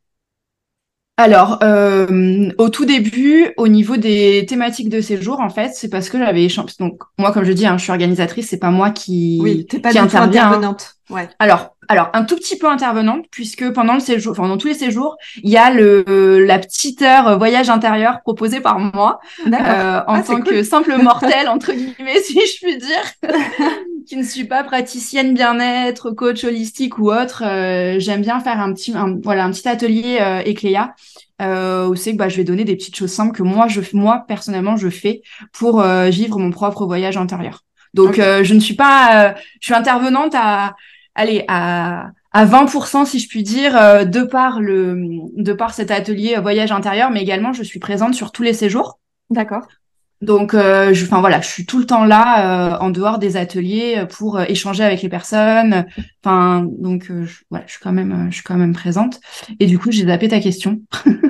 Alors, euh, au tout début, au niveau des thématiques de séjour, en fait, c'est parce que j'avais échangé. Donc, moi, comme je dis, hein, je suis organisatrice, c'est pas moi
Oui,
qui,
t'es pas
qui
du tout
intervient, hein.
intervenante. Ouais.
Alors, alors, un tout petit peu intervenante, puisque pendant le séjour, enfin, dans tous les séjours, il y a le, la petite heure voyage intérieur proposée par moi,
D'accord.
euh, en
Ah, c'est
tant que
cool.
simple mortelle, entre guillemets, si je puis dire, qui ne suis pas praticienne bien-être, coach holistique ou autre. Euh, j'aime bien faire un petit, un- voilà, un petit atelier euh, Ecléa, euh, où c'est que bah, je vais donner des petites choses simples que moi, je, moi personnellement, je fais pour euh, vivre mon propre voyage intérieur. Donc,
Ok.
euh, je ne suis pas, euh, je suis intervenante à, allez, à, à vingt pour cent, si je puis dire, euh, de par le, de par cet atelier euh, voyage intérieur, mais également, je suis présente sur tous les séjours.
D'accord.
Donc, euh, je, enfin voilà, je suis tout le temps là, euh, en dehors des ateliers, euh, pour euh, échanger avec les personnes. Enfin, donc, euh, je, voilà, je suis quand même, euh, je suis quand même présente. Et du coup, j'ai zappé ta question.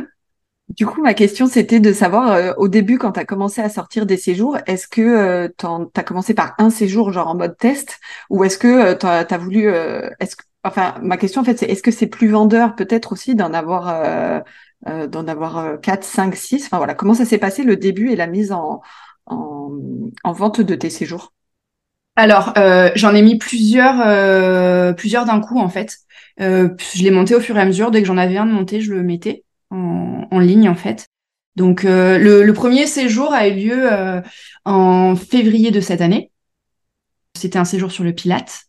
Du coup, ma question, c'était de savoir, euh, au début, quand tu as commencé à sortir des séjours, est-ce que euh, tu as commencé par un séjour, genre en mode test, ou est-ce que tu as voulu... euh, est-ce que, enfin, ma question, en fait, c'est est-ce que c'est plus vendeur, peut-être aussi, d'en avoir, euh, euh, d'en avoir euh, quatre, cinq, six? Enfin, voilà, comment ça s'est passé le début et la mise en, en, en vente de tes séjours?
Alors, euh, j'en ai mis plusieurs, euh, plusieurs d'un coup en fait. Euh, je l'ai monté au fur et à mesure. Dès que j'en avais un de monté, je le mettais en, en ligne en fait. Donc, euh, le, le premier séjour a eu lieu euh, en février de cette année. C'était un séjour sur le Pilate.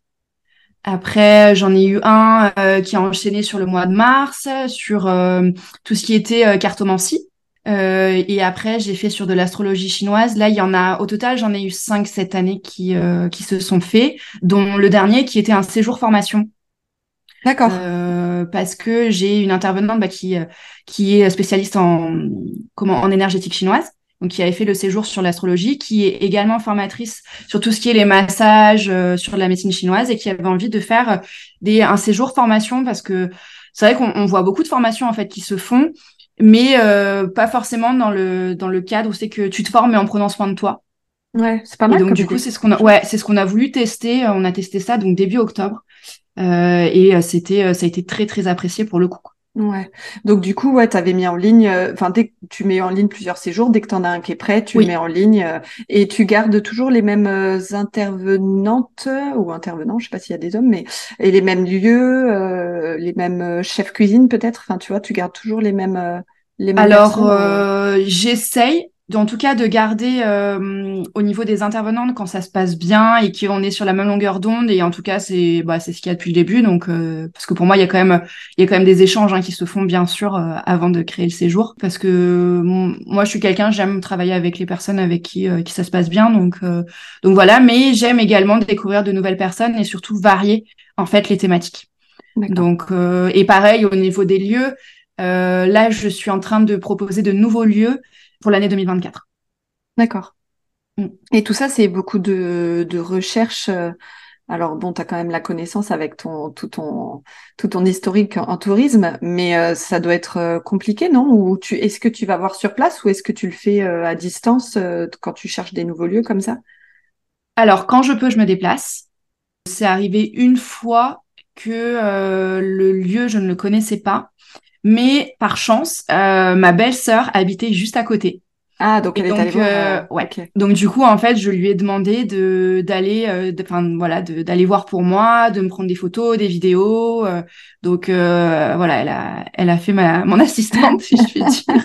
Après, j'en ai eu un euh, qui a enchaîné sur le mois de mars, sur euh, tout ce qui était euh, cartomancie. Euh, et après, j'ai fait sur de l'astrologie chinoise. Là, il y en a, au total, j'en ai eu cinq cette année qui, euh, qui se sont faits, dont le dernier qui était un séjour formation.
D'accord.
Euh, parce que j'ai une intervenante bah, qui, euh, qui est spécialiste en, comment, en énergétique chinoise, donc qui avait fait le séjour sur l'astrologie, qui est également formatrice sur tout ce qui est les massages, euh, sur la médecine chinoise, et qui avait envie de faire des, un séjour formation, parce que c'est vrai qu'on on voit beaucoup de formations en fait qui se font, mais euh, pas forcément dans le, dans le cadre où c'est que tu te formes mais en prenant soin de toi.
Ouais, c'est pas
Et
mal
donc
comme
du coup,
idée.
c'est ce qu'on a, ouais, c'est ce qu'on a voulu tester. On a testé ça donc début octobre. Euh, et euh, c'était, euh, ça a été très très apprécié pour le coup.
Ouais. Donc du coup, ouais, t'avais mis en ligne, euh, enfin dès que tu mets en ligne plusieurs séjours, dès que t'en as un qui est prêt, tu le mets
Oui.
en ligne euh, et tu gardes toujours les mêmes euh, intervenantes euh, ou intervenants, je sais pas s'il y a des hommes, mais et les mêmes lieux, euh, les mêmes euh, chefs cuisine peut-être. Enfin, tu vois, tu gardes toujours les mêmes euh, les mêmes
Alors,
personnes ou.
euh, j'essaye, en tout cas, de garder euh, au niveau des intervenantes quand ça se passe bien et qu'on est sur la même longueur d'onde. Et en tout cas, c'est bah, c'est ce qu'il y a depuis le début. Donc, euh, parce que pour moi, il y a quand même il y a quand même des échanges hein, qui se font bien sûr euh, avant de créer le séjour. Parce que bon, moi, je suis quelqu'un, j'aime travailler avec les personnes avec qui euh, qui ça se passe bien. Donc euh, donc voilà. Mais j'aime également découvrir de nouvelles personnes et surtout varier en fait les thématiques.
D'accord.
Donc, euh, et pareil, au niveau des lieux, euh, là, je suis en train de proposer de nouveaux lieux pour l'année deux mille vingt-quatre.
D'accord.
Mm.
Et tout ça, c'est beaucoup de, de recherche. euh, Alors bon, tu as quand même la connaissance avec ton tout ton tout ton historique en, en tourisme, mais euh, ça doit être euh, compliqué, non? Ou tu est-ce que tu vas voir sur place ou est-ce que tu le fais euh, à distance euh, quand tu cherches des nouveaux lieux comme ça?
Alors, quand je peux, je me déplace. C'est arrivé une fois que euh, le lieu, je ne le connaissais pas, mais par chance, euh, ma belle-sœur habitait juste à côté.
Ah, donc
Et
elle est allée
donc,
voir.
euh,
euh,
ouais.
Ok.
Donc, du coup, en fait, je lui ai demandé de d'aller, euh, de- enfin, voilà, de- d'aller voir pour moi, de me prendre des photos, des vidéos. euh. donc, euh, voilà, elle a, elle a fait ma, mon assistante, si je puis dire.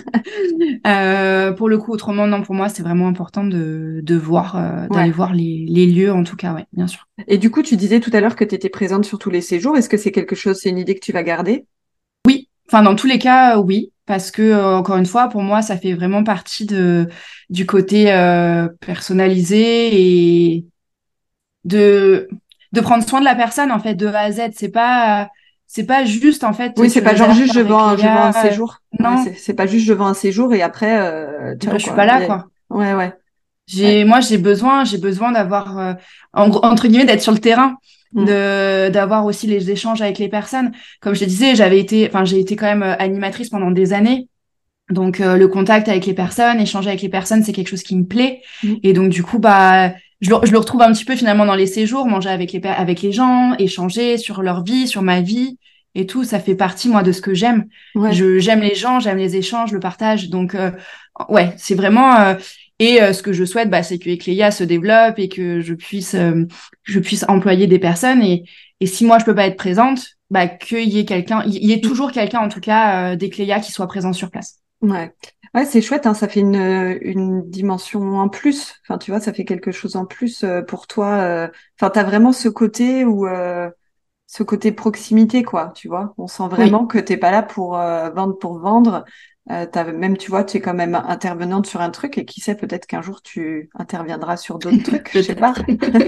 Euh, pour le coup, autrement, non, pour moi, c'est vraiment important de, de voir, euh, d'aller
Ouais.
voir les, les lieux, en tout cas, ouais, bien sûr.
Et du coup, tu disais tout à l'heure que tu étais présente sur tous les séjours. Est-ce que c'est quelque chose, c'est une idée que tu vas garder?
Oui, enfin, dans tous les cas, euh, oui, parce que, euh, encore une fois, pour moi, ça fait vraiment partie de, du côté euh, personnalisé et de de prendre soin de la personne en fait de A à Z. C'est pas c'est pas juste en fait
Oui, c'est
tu
pas genre
réserves
juste je
avec
vends un, je vends un
Léa. euh,
séjour. Ouais,
non,
c'est c'est pas juste je vends un séjour et après euh,
après
ciao
je suis
quoi.
pas
Il
là
y a-
quoi.
Ouais, ouais, ouais.
J'ai moi j'ai besoin j'ai besoin d'avoir euh, en gros, entre guillemets d'être sur le terrain,
Mm.
de d'avoir aussi les échanges avec les personnes. Comme je te disais, j'avais été enfin j'ai été quand même euh, animatrice pendant des années. Donc euh, le contact avec les personnes, échanger avec les personnes, c'est quelque chose qui me plaît.
Mm.
Et donc du coup, bah, je le, je le retrouve un petit peu finalement dans les séjours, manger avec les, per- avec les gens, échanger sur leur vie, sur ma vie et tout. Ça fait partie moi de ce que j'aime.
Ouais.
Je j'aime les gens, j'aime les échanges, le partage. Donc euh, ouais, c'est vraiment. euh, et euh, ce que je souhaite, bah, c'est que Ecleia se développe et que je puisse euh, je puisse employer des personnes. Et et si moi je peux pas être présente, bah qu'il y ait quelqu'un, il y ait
Mm.
toujours quelqu'un en tout cas euh, d'Ecleia qui soit présent sur place.
Ouais, ouais, c'est chouette, hein, ça fait une, une dimension en plus. Enfin, tu vois, ça fait quelque chose en plus euh, pour toi. euh. Enfin, t'as vraiment ce côté où euh, ce côté proximité, quoi. Tu vois, on sent
Oui.
vraiment que t'es pas là pour euh, vendre pour vendre. Euh, t'as, même, tu vois, tu es quand même intervenante sur un truc et qui sait, peut-être qu'un jour tu interviendras sur d'autres trucs, je sais pas.
Peut-être.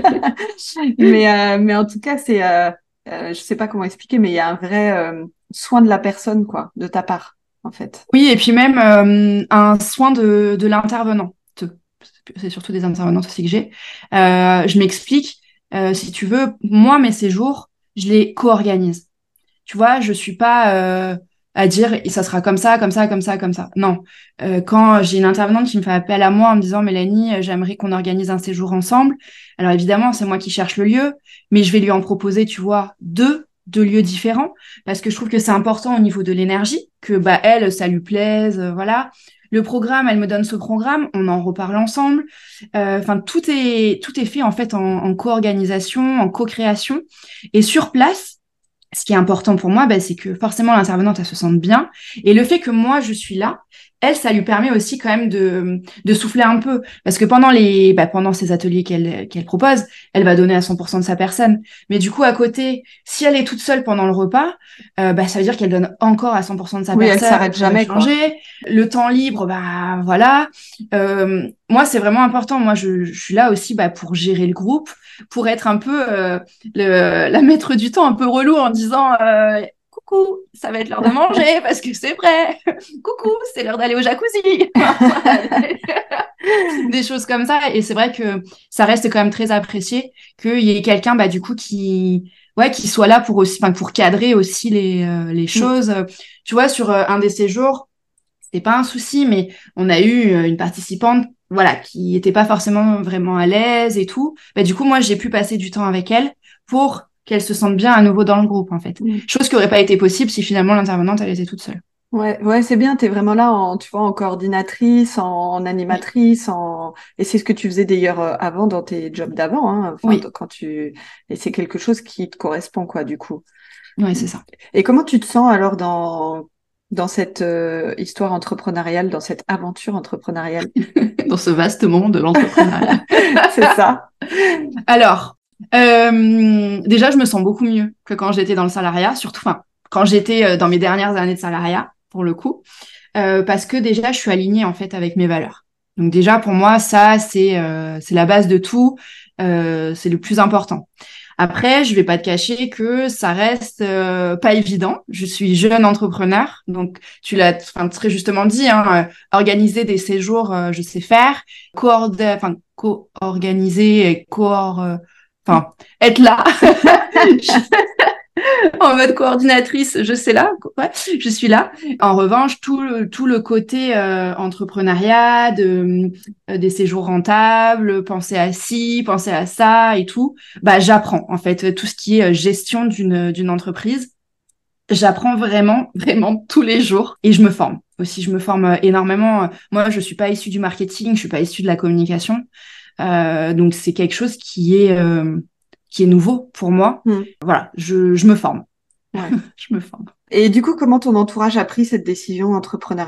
Mais, euh, mais en tout cas, c'est, euh, euh, je sais pas comment expliquer, mais il y a un vrai euh, soin de la personne, quoi, de ta part, en fait.
Oui, et puis même euh, un soin de, de l'intervenant. C'est surtout des intervenantes aussi que j'ai. Euh, je m'explique. Euh, si tu veux, moi, mes séjours, je les co-organise. Tu vois, je suis pas euh, à dire ça sera comme ça, comme ça, comme ça, comme ça. Non. Euh, quand j'ai une intervenante qui me fait appel à moi en me disant Mélanie, euh, j'aimerais qu'on organise un séjour ensemble. Alors évidemment, c'est moi qui cherche le lieu, mais je vais lui en proposer, tu vois, deux, deux lieux différents parce que je trouve que c'est important au niveau de l'énergie que bah elle, ça lui plaise, euh, voilà. le programme, elle me donne ce programme, on en reparle ensemble. Enfin, euh, tout est tout est fait en fait en, en co-organisation, en co-création, et sur place. Ce qui est important pour moi, bah, c'est que forcément l'intervenante elle se sente bien, et le fait que moi je suis là, elle, ça lui permet aussi quand même de de souffler un peu, parce que pendant les bah, pendant ces ateliers qu'elle qu'elle propose, elle va donner à cent pour cent de sa personne, mais du coup à côté, si elle est toute seule pendant le repas, euh, bah ça veut dire qu'elle donne encore à cent pour cent de sa
Oui,
personne.
elle s'arrête jamais, quoi.
Le temps libre, bah voilà. Euh, moi c'est vraiment important. Moi je, je suis là aussi bah, pour gérer le groupe, pour être un peu euh, le, la maître du temps, un peu relou en disant euh, coucou, ça va être l'heure de manger parce que c'est prêt. Coucou, c'est l'heure d'aller au jacuzzi. Des choses comme ça. Et c'est vrai que ça reste quand même très apprécié qu'il y ait quelqu'un, bah, du coup, qui, ouais, qui soit là pour aussi, enfin, pour cadrer aussi les, euh, les choses. Mm. Tu vois, sur euh, un des séjours, c'était pas un souci, mais on a eu euh, une participante, voilà, qui était pas forcément vraiment à l'aise et tout. Bah, du coup, moi, j'ai pu passer du temps avec elle pour qu'elle se sente bien à nouveau dans le groupe, en fait. Mm. Chose qui aurait pas été possible si finalement l'intervenante, elle était toute seule.
Ouais, ouais, c'est bien. T'es vraiment là, en, tu vois, en coordinatrice, en, en animatrice, oui. en et c'est ce que tu faisais d'ailleurs avant dans tes jobs d'avant, hein. Enfin, oui. Quand tu et c'est quelque chose qui te correspond, quoi, du coup.
Oui, c'est ça.
Et comment tu te sens alors dans dans cette euh, histoire entrepreneuriale, dans cette aventure entrepreneuriale,
dans ce vaste monde de l'entrepreneuriat.
C'est ça.
Alors, euh, déjà, je me sens beaucoup mieux que quand j'étais dans le salariat, surtout, enfin, quand j'étais dans mes dernières années de salariat, pour le coup, euh, parce que déjà, je suis alignée en fait avec mes valeurs. Donc déjà, pour moi, ça, c'est euh, c'est la base de tout, euh, c'est le plus important. Après, je vais pas te cacher que ça reste euh, pas évident. Je suis jeune entrepreneur, donc tu l'as enfin, très justement dit, hein, euh, organiser des séjours, euh, je sais faire, coordonner, enfin co-organiser, et coor, euh, enfin être là. En mode coordinatrice, je sais là, ouais, je suis là. En revanche, tout le, tout le côté euh, entrepreneuriat, de, euh, des séjours rentables, penser à ci, penser à ça et tout, bah j'apprends en fait tout ce qui est gestion d'une d'une entreprise. J'apprends vraiment, vraiment tous les jours et je me forme aussi. Je me forme énormément. Moi, je suis pas issue du marketing, je suis pas issue de la communication, euh, donc c'est quelque chose qui est euh, qui est nouveau pour moi. Mmh. Voilà, je, je me forme.
Ouais.
je me forme.
Et du coup, comment ton entourage a pris cette décision entrepreneuriale ?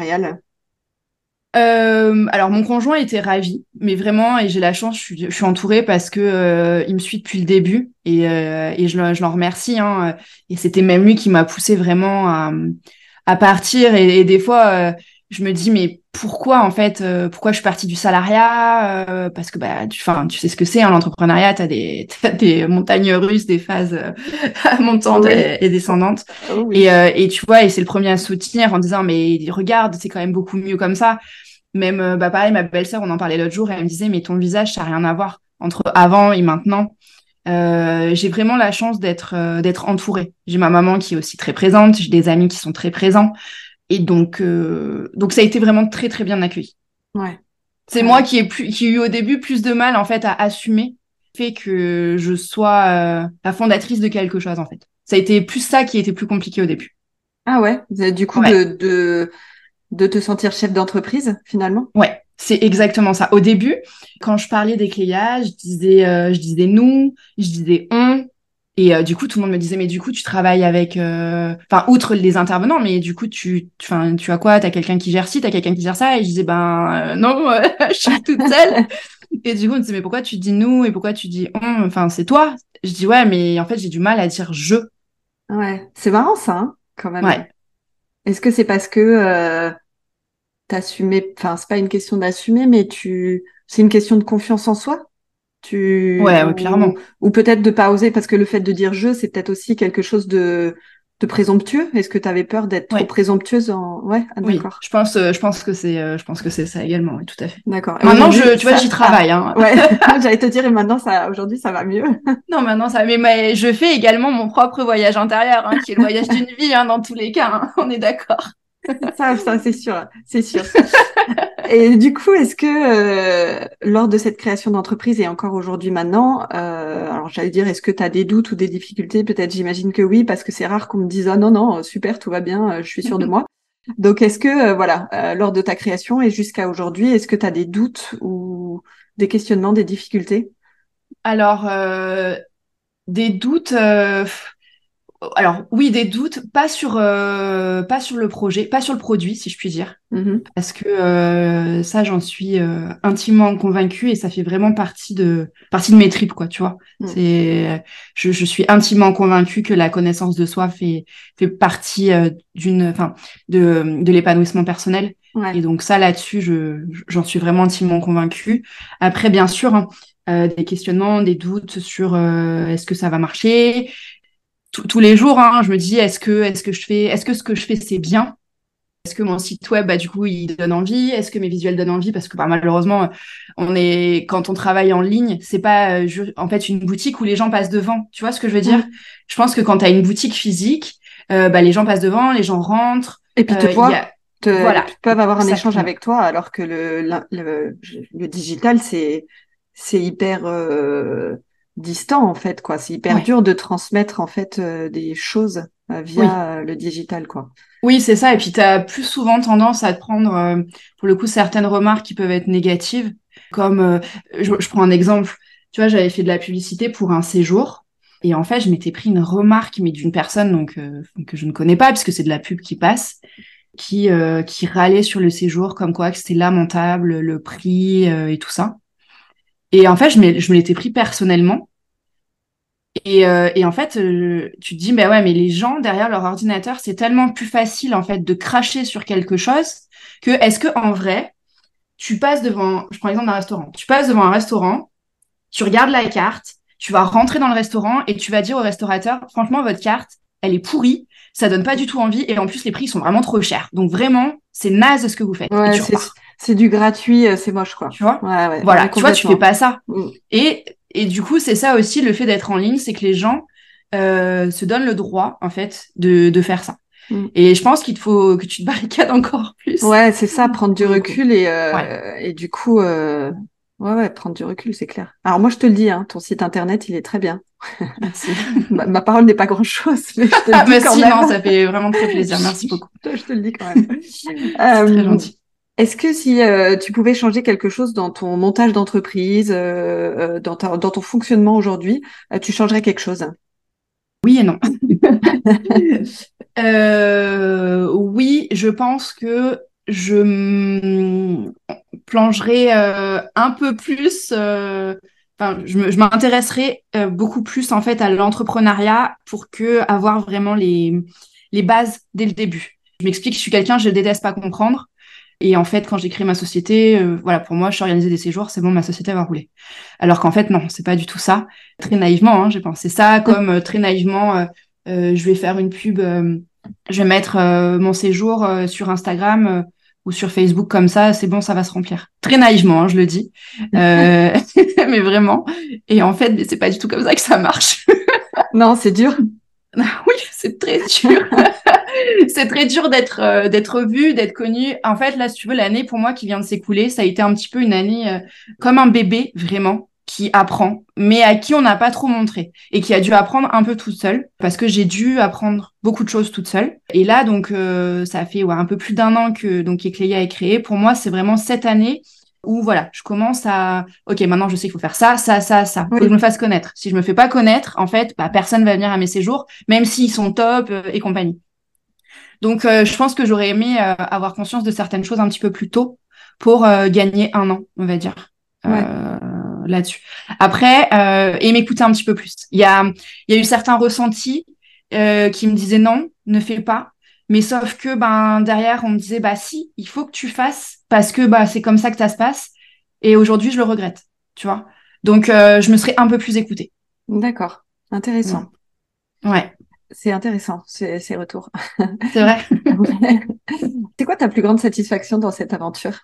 Euh, alors mon conjoint était ravi, mais vraiment, et j'ai la chance, je suis, je suis entourée parce que euh, il me suit depuis le début et, euh, et je, je l'en remercie. Hein, et c'était même lui qui m'a poussée vraiment à, à partir. Et, et des fois, euh, je me dis mais pourquoi en fait, euh, pourquoi je suis partie du salariat euh, Parce que bah, tu, enfin, tu sais ce que c'est, hein, l'entrepreneuriat, t'as des, t'as des montagnes russes, des phases euh, montantes oui. et, et descendantes. Oh, oui. Et, euh, et tu vois, et c'est le premier à soutenir en disant mais regarde, c'est quand même beaucoup mieux comme ça. Même, euh, bah pareil, ma belle-sœur, on en parlait l'autre jour, elle me disait mais ton visage, ça n'a rien à voir entre avant et maintenant. Euh, j'ai vraiment la chance d'être euh, d'être entourée. J'ai ma maman qui est aussi très présente, j'ai des amis qui sont très présents. Et donc, euh, donc ça a été vraiment très, très bien accueilli.
Ouais.
C'est ouais. moi qui ai, plus, qui ai eu au début plus de mal, en fait, à assumer le fait que je sois euh, la fondatrice de quelque chose, en fait. Ça a été plus ça qui a été plus compliqué au début.
Ah ouais? Du coup, ouais. de, de, de te sentir chef d'entreprise, finalement?
Ouais, c'est exactement ça. Au début, quand je parlais d'écléage, je disais, euh, je disais nous, je disais on. Et euh, du coup, tout le monde me disait, mais du coup, tu travailles avec... Enfin, euh... outre les intervenants, mais du coup, tu, tu, tu as quoi? T'as quelqu'un qui gère ci, t'as quelqu'un qui gère ça? Et je disais, ben euh, non, euh, je suis toute seule. Et du coup, on me disait, mais pourquoi tu dis nous et pourquoi tu dis on? Enfin, c'est toi. Je dis, ouais, mais en fait, j'ai du mal à dire je.
Ouais, c'est marrant ça, hein, quand même.
Ouais.
Est-ce que c'est parce que euh, t'assumais... Enfin, c'est pas une question d'assumer, mais tu... c'est une question de confiance en soi? Tu
ouais,
ou,
ouais, clairement.
Ou peut-être de pas oser parce que le fait de dire je, c'est peut-être aussi quelque chose de de présomptueux. Est-ce que tu avais peur d'être ouais. trop présomptueuse en ouais, ah,
oui,
d'accord.
je pense euh, je pense que c'est euh, je pense que c'est ça également, oui, tout à fait.
D'accord.
Maintenant je tu vois, j'y travaille
ah,
hein.
Ouais, j'allais te dire et maintenant ça aujourd'hui ça va mieux.
Non, maintenant ça mais, mais je fais également mon propre voyage intérieur hein, qui est le voyage d'une vie hein, dans tous les cas, hein, on est d'accord.
Ça, ça c'est sûr, c'est sûr. Et du coup, est-ce que euh, lors de cette création d'entreprise et encore aujourd'hui maintenant, euh, alors j'allais dire, est-ce que tu as des doutes ou des difficultés? Peut-être, j'imagine que oui, parce que c'est rare qu'on me dise « Ah non, non, super, tout va bien, je suis sûre de moi ». Donc, est-ce que, euh, voilà, euh, lors de ta création et jusqu'à aujourd'hui, est-ce que tu as des doutes ou des questionnements, des difficultés?
Alors, euh, des doutes. euh, Alors, oui, des doutes, pas sur, euh, pas sur le projet, pas sur le produit, si je puis dire.
Mhm.
Parce que euh, ça, j'en suis euh, intimement convaincue et ça fait vraiment partie de, partie de mes tripes, quoi, tu vois.
Mm.
C'est, je, je suis intimement convaincue que la connaissance de soi fait, fait partie euh, d'une, enfin, de, de l'épanouissement personnel.
Ouais.
Et donc ça, là-dessus, je, j'en suis vraiment intimement convaincue. Après, bien sûr, hein, euh, des questionnements, des doutes sur euh, est-ce que ça va marcher. Tous tous les jours, hein, je me dis est-ce que, est-ce que je fais, est-ce que ce que je fais, c'est bien? Est-ce que mon site web, bah, du coup, il donne envie? Est-ce que mes visuels donnent envie? Parce que bah, malheureusement, on est quand on travaille en ligne, c'est pas euh, je- en fait une boutique où les gens passent devant. Tu vois ce que je veux dire?
Mm.
Je pense que quand tu as une boutique physique, euh, bah, les gens passent devant, les gens rentrent.
Et puis te
euh, Il y
voient,
a
te, ils
voilà,
peuvent avoir un échange
exactement.
avec toi, alors que le, la- le, le digital, c'est, c'est hyper euh, distant, en fait, quoi. C'est hyper
Ouais.
dur de transmettre, en fait, euh, des choses euh,
Oui.
via euh, le digital, quoi.
Oui, c'est ça. Et puis, tu as plus souvent tendance à te prendre, euh, pour le coup, certaines remarques qui peuvent être négatives. Comme, euh, je, je prends un exemple. Tu vois, j'avais fait de la publicité pour un séjour. Et en fait, je m'étais pris une remarque, mais d'une personne donc euh, que je ne connais pas, puisque c'est de la pub qui passe, qui, euh, qui râlait sur le séjour, comme quoi que c'était lamentable, le prix euh, et tout ça. Et en fait, je me, je me l'étais pris personnellement. Et, euh, et en fait, euh, tu te dis, bah ouais, mais les gens derrière leur ordinateur, c'est tellement plus facile en fait de cracher sur quelque chose que est-ce que en vrai, tu passes devant, je prends l'exemple d'un restaurant, tu passes devant un restaurant, tu regardes la carte, tu vas rentrer dans le restaurant et tu vas dire au restaurateur, franchement, votre carte, elle est pourrie, ça donne pas du tout envie et en plus les prix sont vraiment trop chers. Donc vraiment, c'est naze ce que vous faites et
Ouais,
tu
c'est,
repars.
c'est du gratuit, euh, c'est moche, quoi.
Tu vois?
Ouais, ouais, ouais,
Voilà, tu vois, tu fais
complètement.
pas ça.
Mm.
Et, et du coup, c'est ça aussi le fait d'être en ligne, c'est que les gens euh, se donnent le droit, en fait, de, de faire ça.
Mm.
Et je pense qu'il faut que tu te barricades encore plus
Ouais, c'est ça, prendre du
pour le coup.
recul et,
Ouais,
euh, et du coup, euh, ouais, ouais, prendre du recul, c'est clair. Alors moi, je te le dis, hein, ton site internet, il est très bien.
merci.
Ma, ma parole n'est pas grand-chose, mais je te le dis
Mais
quand
si,
même.
non, ça fait vraiment très plaisir. Merci
Je,
beaucoup.
te je te le dis quand même.
C'est très
Euh,
gentil.
est-ce que si euh, tu pouvais changer quelque chose dans ton montage d'entreprise, euh, euh, dans ta, dans ton fonctionnement aujourd'hui, euh, tu changerais quelque chose?
Oui et non. Euh, oui, je pense que je m- plongerai euh, un peu plus. euh, Enfin, je me- je m'intéresserai euh, beaucoup plus en fait à l'entrepreneuriat pour que avoir vraiment les les bases dès le début. Je m'explique, je suis quelqu'un, je déteste pas comprendre. Et en fait, quand j'ai créé ma société, euh, voilà, pour moi, je suis organisée des séjours, c'est bon, ma société va rouler. Alors qu'en fait, non, c'est pas du tout ça. Très naïvement, hein, j'ai pensé ça, comme euh, très naïvement, euh, euh, je vais faire une pub, euh, je vais mettre euh, mon séjour euh, sur Instagram euh, ou sur Facebook comme ça, c'est bon, ça va se remplir. Très naïvement, hein, je le dis, Euh, mais vraiment. Et en fait, mais c'est pas du tout comme ça que ça marche.
Non, c'est dur.
Oui, c'est très dur. C'est très dur d'être euh, d'être vu, d'être connu. En fait, là, si tu veux, l'année pour moi qui vient de s'écouler, ça a été un petit peu une année euh, comme un bébé, vraiment, qui apprend, mais à qui on n'a pas trop montré et qui a dû apprendre un peu toute seule, parce que j'ai dû apprendre beaucoup de choses toute seule. Et là, donc, euh, ça fait ouais, un peu plus d'un an que donc Ecleia est créé. Pour moi, c'est vraiment cette année où voilà, je commence à ok, maintenant je sais qu'il faut faire ça, ça, ça, ça. Faut que je
Oui,
me fasse connaître. Si je me fais pas connaître, en fait, bah, personne va venir à mes séjours, même s'ils sont top euh, et compagnie. Donc, euh, je pense que j'aurais aimé euh, avoir conscience de certaines choses un petit peu plus tôt pour euh, gagner un an, on va dire,
ouais.
euh, là-dessus. Après, euh, et m'écouter un petit peu plus. Il y a, il y a eu certains ressentis euh, qui me disaient non, ne fais pas. Mais sauf que ben derrière, on me disait bah si, il faut que tu fasses parce que bah c'est comme ça que ça se passe. Et aujourd'hui, je le regrette, tu vois. Donc, euh, je me serais un peu plus écoutée.
D'accord.
Ouais,
Intéressant.
ouais,
C'est intéressant, ces, ces retours.
c'est vrai.
Ouais. C'est quoi ta plus grande satisfaction dans cette aventure?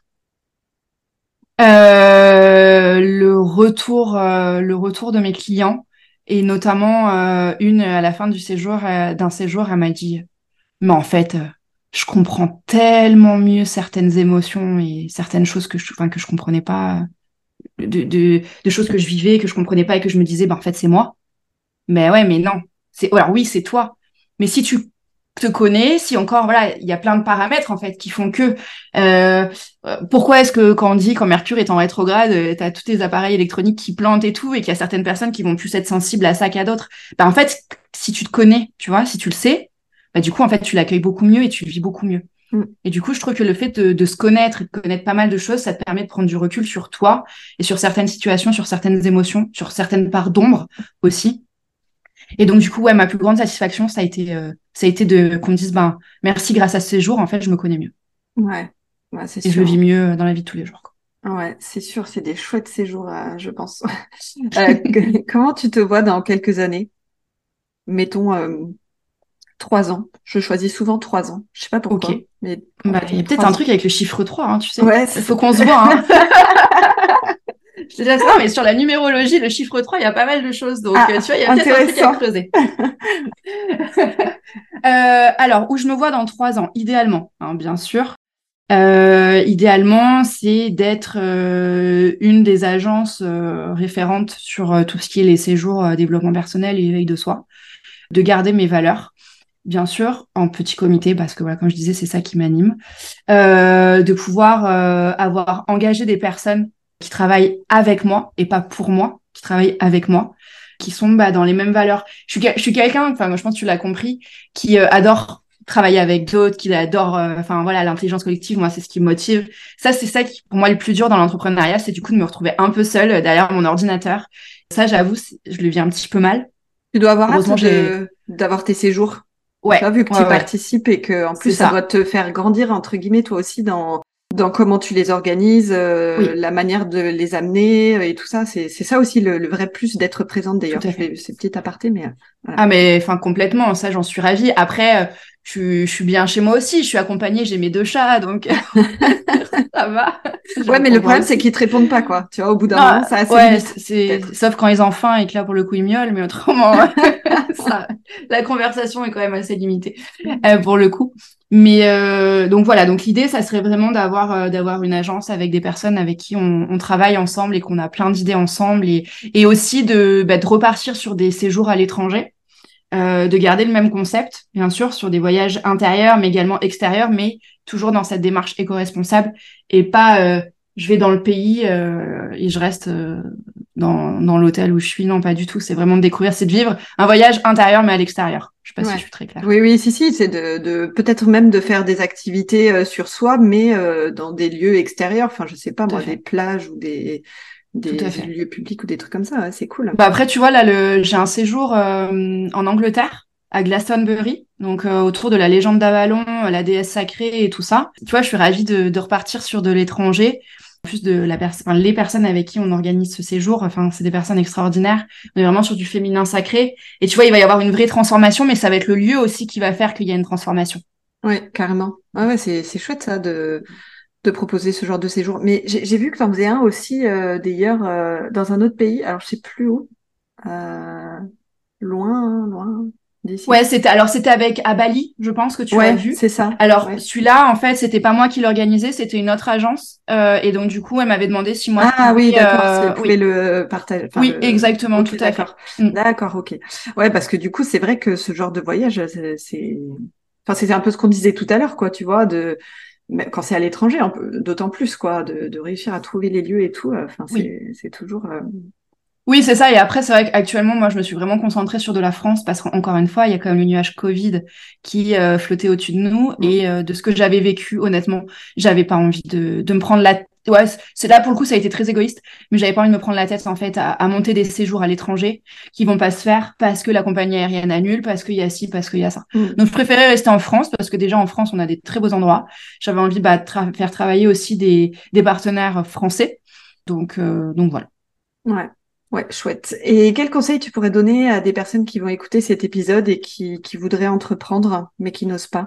Euh, le retour, euh, le retour de mes clients et notamment euh, une à la fin du séjour, euh, d'un séjour, elle m'a dit, mais en fait, euh, je comprends tellement mieux certaines émotions et certaines choses que je, enfin, que je comprenais pas, euh, de, de, de choses que je vivais, que je comprenais pas et que je me disais, bah en fait c'est moi. Mais ouais, mais non, c'est, alors oui, c'est toi. Mais si tu te connaît, si encore, voilà, il y a plein de paramètres, en fait, qui font que, euh, pourquoi est-ce que quand on dit quand Mercure est en rétrograde, euh, t'as tous tes appareils électroniques qui plantent et tout, et qu'il y a certaines personnes qui vont plus être sensibles à ça qu'à d'autres. Bah, en fait, si tu te connais, tu vois, si tu le sais, bah, du coup, en fait, tu l'accueilles beaucoup mieux et tu le vis beaucoup mieux. Mm. Et du coup, je trouve que le fait de, de se connaître et de connaître pas mal de choses, ça te permet de prendre du recul sur toi et sur certaines situations, sur certaines émotions, sur certaines parts d'ombre aussi. Et donc, du coup, ouais, ma plus grande satisfaction, ça a été, euh, ça a été de, qu'on me dise, ben, merci, grâce à ce séjour, en fait, je me connais mieux.
Ouais, ouais c'est
et
sûr.
je le vis mieux dans la vie de tous les jours, quoi.
Ouais, c'est sûr, c'est des chouettes séjours, euh, je pense. euh, comment tu te vois dans quelques années? Mettons euh, trois ans. Je choisis souvent trois ans. Je sais pas pourquoi.
Ok.
Mais
bah, il y a peut-être un ans. truc avec le chiffre trois, hein, tu sais.
Ouais,
il faut qu'on se voit. Hein. Je te dis ça, mais sur la numérologie, le chiffre trois, il y a pas mal de choses. Donc, ah, tu vois, il y a peut-être un truc à creuser. euh, alors, où je me vois dans trois ans, idéalement, hein, bien sûr. Euh, idéalement, c'est d'être euh, une des agences euh, référentes sur euh, tout ce qui est les séjours euh, développement personnel et éveil de soi, de garder mes valeurs, bien sûr, en petit comité, parce que voilà, comme je disais, c'est ça qui m'anime, euh, de pouvoir euh, avoir engagé des personnes qui travaillent avec moi et pas pour moi, qui travaillent avec moi, qui sont bah, dans les mêmes valeurs. Je suis, je suis quelqu'un, enfin, je pense que tu l'as compris, qui euh, adore travailler avec d'autres, qui adore, enfin euh, voilà, l'intelligence collective, moi, c'est ce qui me motive. Ça, c'est ça qui, pour moi, le plus dur dans l'entrepreneuriat, c'est du coup de me retrouver un peu seule derrière mon ordinateur. Ça, j'avoue, je le vis un petit peu mal.
Tu dois avoir hâte de, d'avoir tes séjours.
Ouais.
Tu vois, vu que
ouais,
tu
ouais.
participes et que, en plus, ça, ça doit te faire grandir, entre guillemets, toi aussi, dans, dans comment tu les organises, euh, oui. la manière de les amener et tout ça. C'est, c'est ça aussi le, le vrai plus d'être présente, d'ailleurs. C'est petit aparté, mais
voilà. Ah, mais enfin, complètement. Ça, j'en suis ravie. Après, je, je suis bien chez moi aussi. Je suis accompagnée, j'ai mes deux chats, donc ça va.
Ouais, mais le problème, c'est qu'ils te répondent pas, quoi. Tu vois, au bout d'un moment, ça a assez
ouais,
limite.
C'est... Sauf quand ils ont faim et que là, pour le coup, ils miaulent, mais autrement, ça, la conversation est quand même assez limitée, euh, pour le coup. Mais euh, donc voilà, donc l'idée, ça serait vraiment d'avoir euh, d'avoir une agence avec des personnes avec qui on, on travaille ensemble et qu'on a plein d'idées ensemble, et, et aussi de, bah, de repartir sur des séjours à l'étranger. Euh, de garder le même concept, bien sûr, sur des voyages intérieurs, mais également extérieurs, mais toujours dans cette démarche éco-responsable et pas euh, je vais dans le pays euh, et je reste euh, dans, dans l'hôtel où je suis. Non, pas du tout. C'est vraiment de découvrir, c'est de vivre un voyage intérieur, mais à l'extérieur. Je sais pas ouais. si je suis très claire.
Oui, oui, si, si. C'est de, de peut-être même de faire des activités euh, sur soi, mais euh, dans des lieux extérieurs. Enfin, je sais pas, tout moi, des plages ou des des lieux publics ou des trucs comme ça, ouais, c'est cool.
Bah après, tu vois, là, le... j'ai un séjour euh, en Angleterre, à Glastonbury, donc euh, autour de la légende d'Avalon, la déesse sacrée et tout ça. Tu vois, je suis ravie de, de repartir sur de l'étranger. En plus de la pers- enfin, les personnes avec qui on organise ce séjour, enfin, c'est des personnes extraordinaires. On est vraiment sur du féminin sacré. Et tu vois, il va y avoir une vraie transformation, mais ça va être le lieu aussi qui va faire qu'il y a une transformation.
Oui, carrément. Ouais, ouais, c'est, c'est chouette ça de... de proposer ce genre de séjour. Mais j'ai, j'ai vu que tu en faisais un aussi, euh, d'ailleurs, euh, dans un autre pays. Alors, je sais plus où. Euh, loin, loin d'ici.
Ouais, c'était alors c'était avec à Bali, je pense que tu
ouais,
l'as vu.
c'est ça.
Alors
ouais.
celui-là, en fait, c'était pas moi qui l'organisais, c'était une autre agence. Euh, et donc du coup, elle m'avait demandé si moi.
Ah
je pouvais,
oui, d'accord.
euh,
Si elle pouvait
oui.
le partager.
Oui,
le...
exactement,
okay,
tout à
d'accord.
fait.
D'accord, ok. Ouais, parce que du coup, c'est vrai que ce genre de voyage, c'est, c'est... enfin, c'était un peu ce qu'on disait tout à l'heure, quoi. Tu vois, de quand c'est à l'étranger, d'autant plus, quoi, de, de réussir à trouver les lieux et tout. Enfin, c'est, oui. c'est toujours. Euh...
Oui, c'est ça. Et après, c'est vrai qu'actuellement, moi, je me suis vraiment concentrée sur de la France parce qu'encore une fois, il y a quand même le nuage Covid qui euh, flottait au-dessus de nous. Mmh. Et euh, de ce que j'avais vécu, honnêtement, j'avais pas envie de, de me prendre la tête. Ouais, c'est là, pour le coup, ça a été très égoïste, mais j'avais pas envie de me prendre la tête, en fait, à, à monter des séjours à l'étranger qui vont pas se faire parce que la compagnie aérienne annule, parce qu'il y a ci, parce qu'il y a ça. Mmh. Donc, je préférais rester en France parce que déjà, en France, on a des très beaux endroits. J'avais envie bah, de tra- faire travailler aussi des, des partenaires français. Donc, euh, donc voilà.
Ouais. Ouais, chouette. Et quel conseil tu pourrais donner à des personnes qui vont écouter cet épisode et qui, qui voudraient entreprendre, mais qui n'osent pas?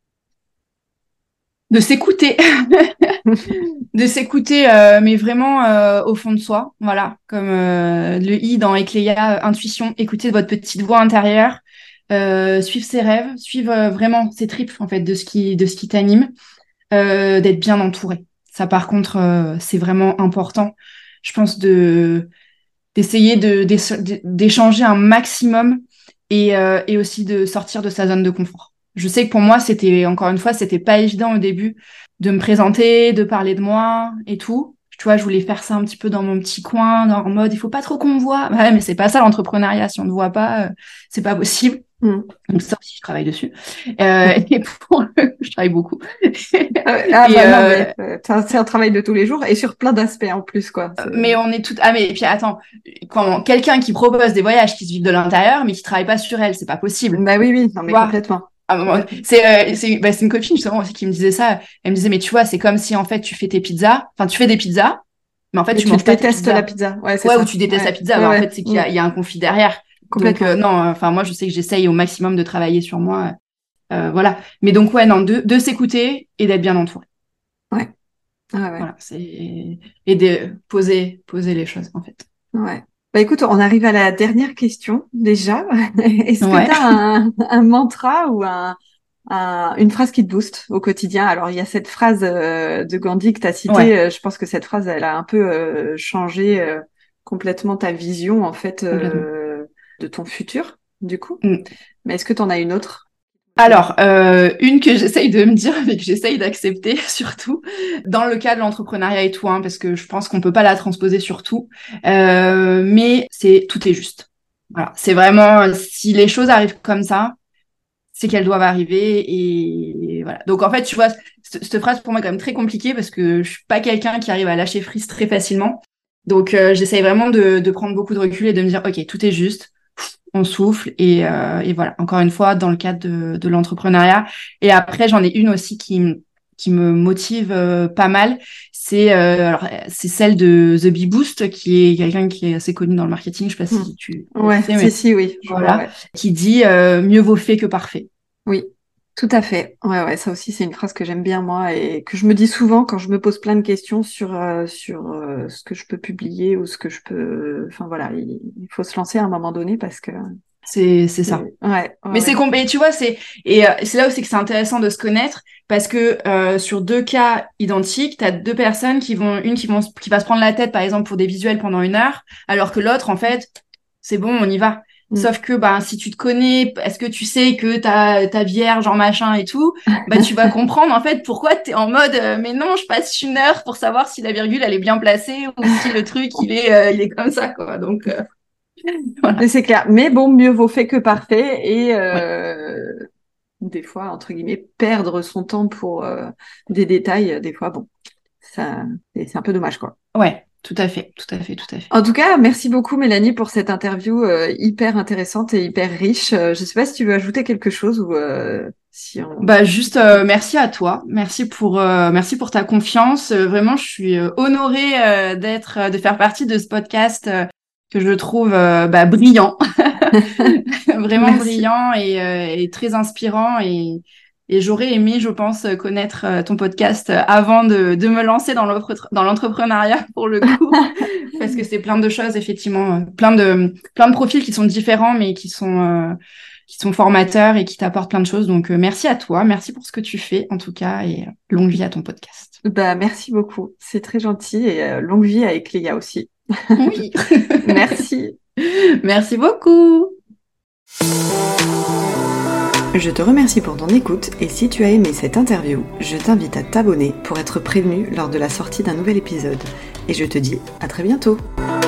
De s'écouter. de s'écouter, euh, mais vraiment euh, au fond de soi. Voilà, comme euh, le I dans Ecléa, euh, intuition, écouter votre petite voix intérieure, euh, suivre ses rêves, suivre euh, vraiment ses tripes, en fait, de ce qui, de ce qui t'anime, euh, d'être bien entouré. Ça, par contre, euh, c'est vraiment important. Je pense de d'essayer de, d'échanger un maximum et, euh, et aussi de sortir de sa zone de confort. Je sais que pour moi, c'était, encore une fois, c'était pas évident au début de me présenter, de parler de moi et tout. Tu vois, je voulais faire ça un petit peu dans mon petit coin, dans en mode, il faut pas trop qu'on me voit. Ouais, mais c'est pas ça l'entrepreneuriat. Si on ne voit pas, euh, c'est pas possible.
Mm.
Donc ça aussi, je travaille dessus. Euh, et pour le... je travaille beaucoup.
Ah, ah
et,
bah non,
euh,
mais euh, c'est un- c'est un travail de tous les jours et sur plein d'aspects en plus, quoi. C'est-
mais on est tout. Ah mais et puis attends, quand quelqu'un qui propose des voyages qui se vivent de l'intérieur, mais qui travaille pas sur elle, c'est pas possible.
Bah oui, oui, non,
Tu
mais
vois,
complètement.
à un moment,
Complètement.
c'est euh, c'est bah, c'est une copine justement aussi qui me disait ça. Elle me disait mais tu vois, c'est comme si en fait tu fais tes pizzas, enfin tu fais des pizzas, mais en fait
Mais
tu
tu
manges pas tes
détestes la
pizzas.
pizza. Ouais, c'est
Ouais, ou
ça.
tu détestes la
Ouais,
pizza,
ouais,
bah en
ouais.
fait c'est qu'il y
Mm.
a, il y a un conflit derrière. Donc
Complètement.
euh, non, enfin moi je sais que j'essaye au maximum de travailler sur moi, euh, voilà. Mais donc ouais non, de de s'écouter et d'être bien entouré.
Ouais, ouais, ouais.
Voilà, c'est et de poser poser les choses en fait.
Ouais. Bah écoute, on arrive à la dernière question déjà. Est-ce que tu
Ouais,
as un, un mantra ou un, un- une phrase qui te booste au quotidien? Alors, il y a cette phrase euh, de Gandhi que tu as citée.
ouais,
euh, Je pense que cette phrase, elle a un peu euh, changé euh, complètement ta vision, en fait,
complètement.
euh, de ton futur, du coup.
Mm.
Mais est-ce que tu en as une autre?
Alors, euh, une que j'essaye de me dire, mais que j'essaye d'accepter surtout, dans le cas de l'entrepreneuriat et tout, hein, parce que je pense qu'on peut pas la transposer sur tout, euh, mais c'est tout est juste. Voilà, c'est vraiment, si les choses arrivent comme ça, c'est qu'elles doivent arriver et voilà. Donc en fait, tu vois, cette, cette phrase pour moi est quand même très compliquée parce que je suis pas quelqu'un qui arrive à lâcher prise très facilement. Donc euh, j'essaye vraiment de, de prendre beaucoup de recul et de me dire, ok, tout est juste, on souffle et, euh, et voilà. Encore une fois, dans le cadre de, de l'entrepreneuriat. Et après, j'en ai une aussi qui me qui me motive euh, pas mal, c'est euh, alors c'est celle de The Bee Boost, qui est quelqu'un qui est assez connu dans le marketing. Je sais pas
Hmm.
si tu vois qui
Ouais,
c'est,
si,
mais
si, oui, je vois,
voilà,
ouais.
qui dit euh, mieux vaut fait que parfait.
Oui, tout à fait. Ouais, ouais, ça aussi, c'est une phrase que j'aime bien, moi, et que je me dis souvent quand je me pose plein de questions sur, euh, sur euh, ce que je peux publier ou ce que je peux... Enfin, voilà, il, il faut se lancer à un moment donné parce que...
C'est c'est ça.
c'est- Ouais, ouais,
Mais c'est
ouais.
compé- tu vois, c'est et euh, c'est là aussi que c'est intéressant de se connaître parce que euh, sur deux cas identiques, t'as deux personnes qui vont une qui vont se- qui va se prendre la tête par exemple pour des visuels pendant une heure, alors que l'autre en fait c'est bon, on y va.
Mm.
Sauf que bah si tu te connais, est-ce que tu sais que t'as ta vierge en machin et tout, bah tu vas comprendre en fait pourquoi t'es en mode euh, mais non, je passe une heure pour savoir si la virgule elle est bien placée ou si le truc il est euh, il est comme ça quoi. Donc euh, voilà.
Mais c'est clair. Mais bon, mieux vaut fait que parfait et
Ouais.
euh, des fois, entre guillemets, perdre son temps pour euh, des détails, euh, des fois, bon, ça, c'est c'est un peu dommage, quoi.
Ouais, tout à fait, tout à fait, tout à fait.
En tout cas, merci beaucoup Mélanie pour cette interview euh, hyper intéressante et hyper riche. Euh, je sais pas si tu veux ajouter quelque chose ou euh, si on...
Bah juste euh, merci à toi, merci pour euh, merci pour ta confiance. Euh, vraiment, je suis euh, honorée euh, d'être euh, de faire partie de ce podcast euh, que je trouve euh, bah, brillant, vraiment
Merci.
brillant et, euh, et très inspirant et et j'aurais aimé, je pense, connaître euh, ton podcast euh, avant de de me lancer dans l'entre- dans l'entrepreneuriat pour le coup, parce que c'est plein de choses effectivement, euh, plein de plein de profils qui sont différents mais qui sont euh, qui sont formateurs et qui t'apportent plein de choses. Donc, euh, merci à toi. Merci pour ce que tu fais, en tout cas, et euh, longue vie à ton podcast.
Bah, merci beaucoup. C'est très gentil et euh, longue vie à Ecléa aussi.
Oui.
Merci.
Merci beaucoup.
Je te remercie pour ton écoute et si tu as aimé cette interview, je t'invite à t'abonner pour être prévenu lors de la sortie d'un nouvel épisode. Et je te dis à très bientôt.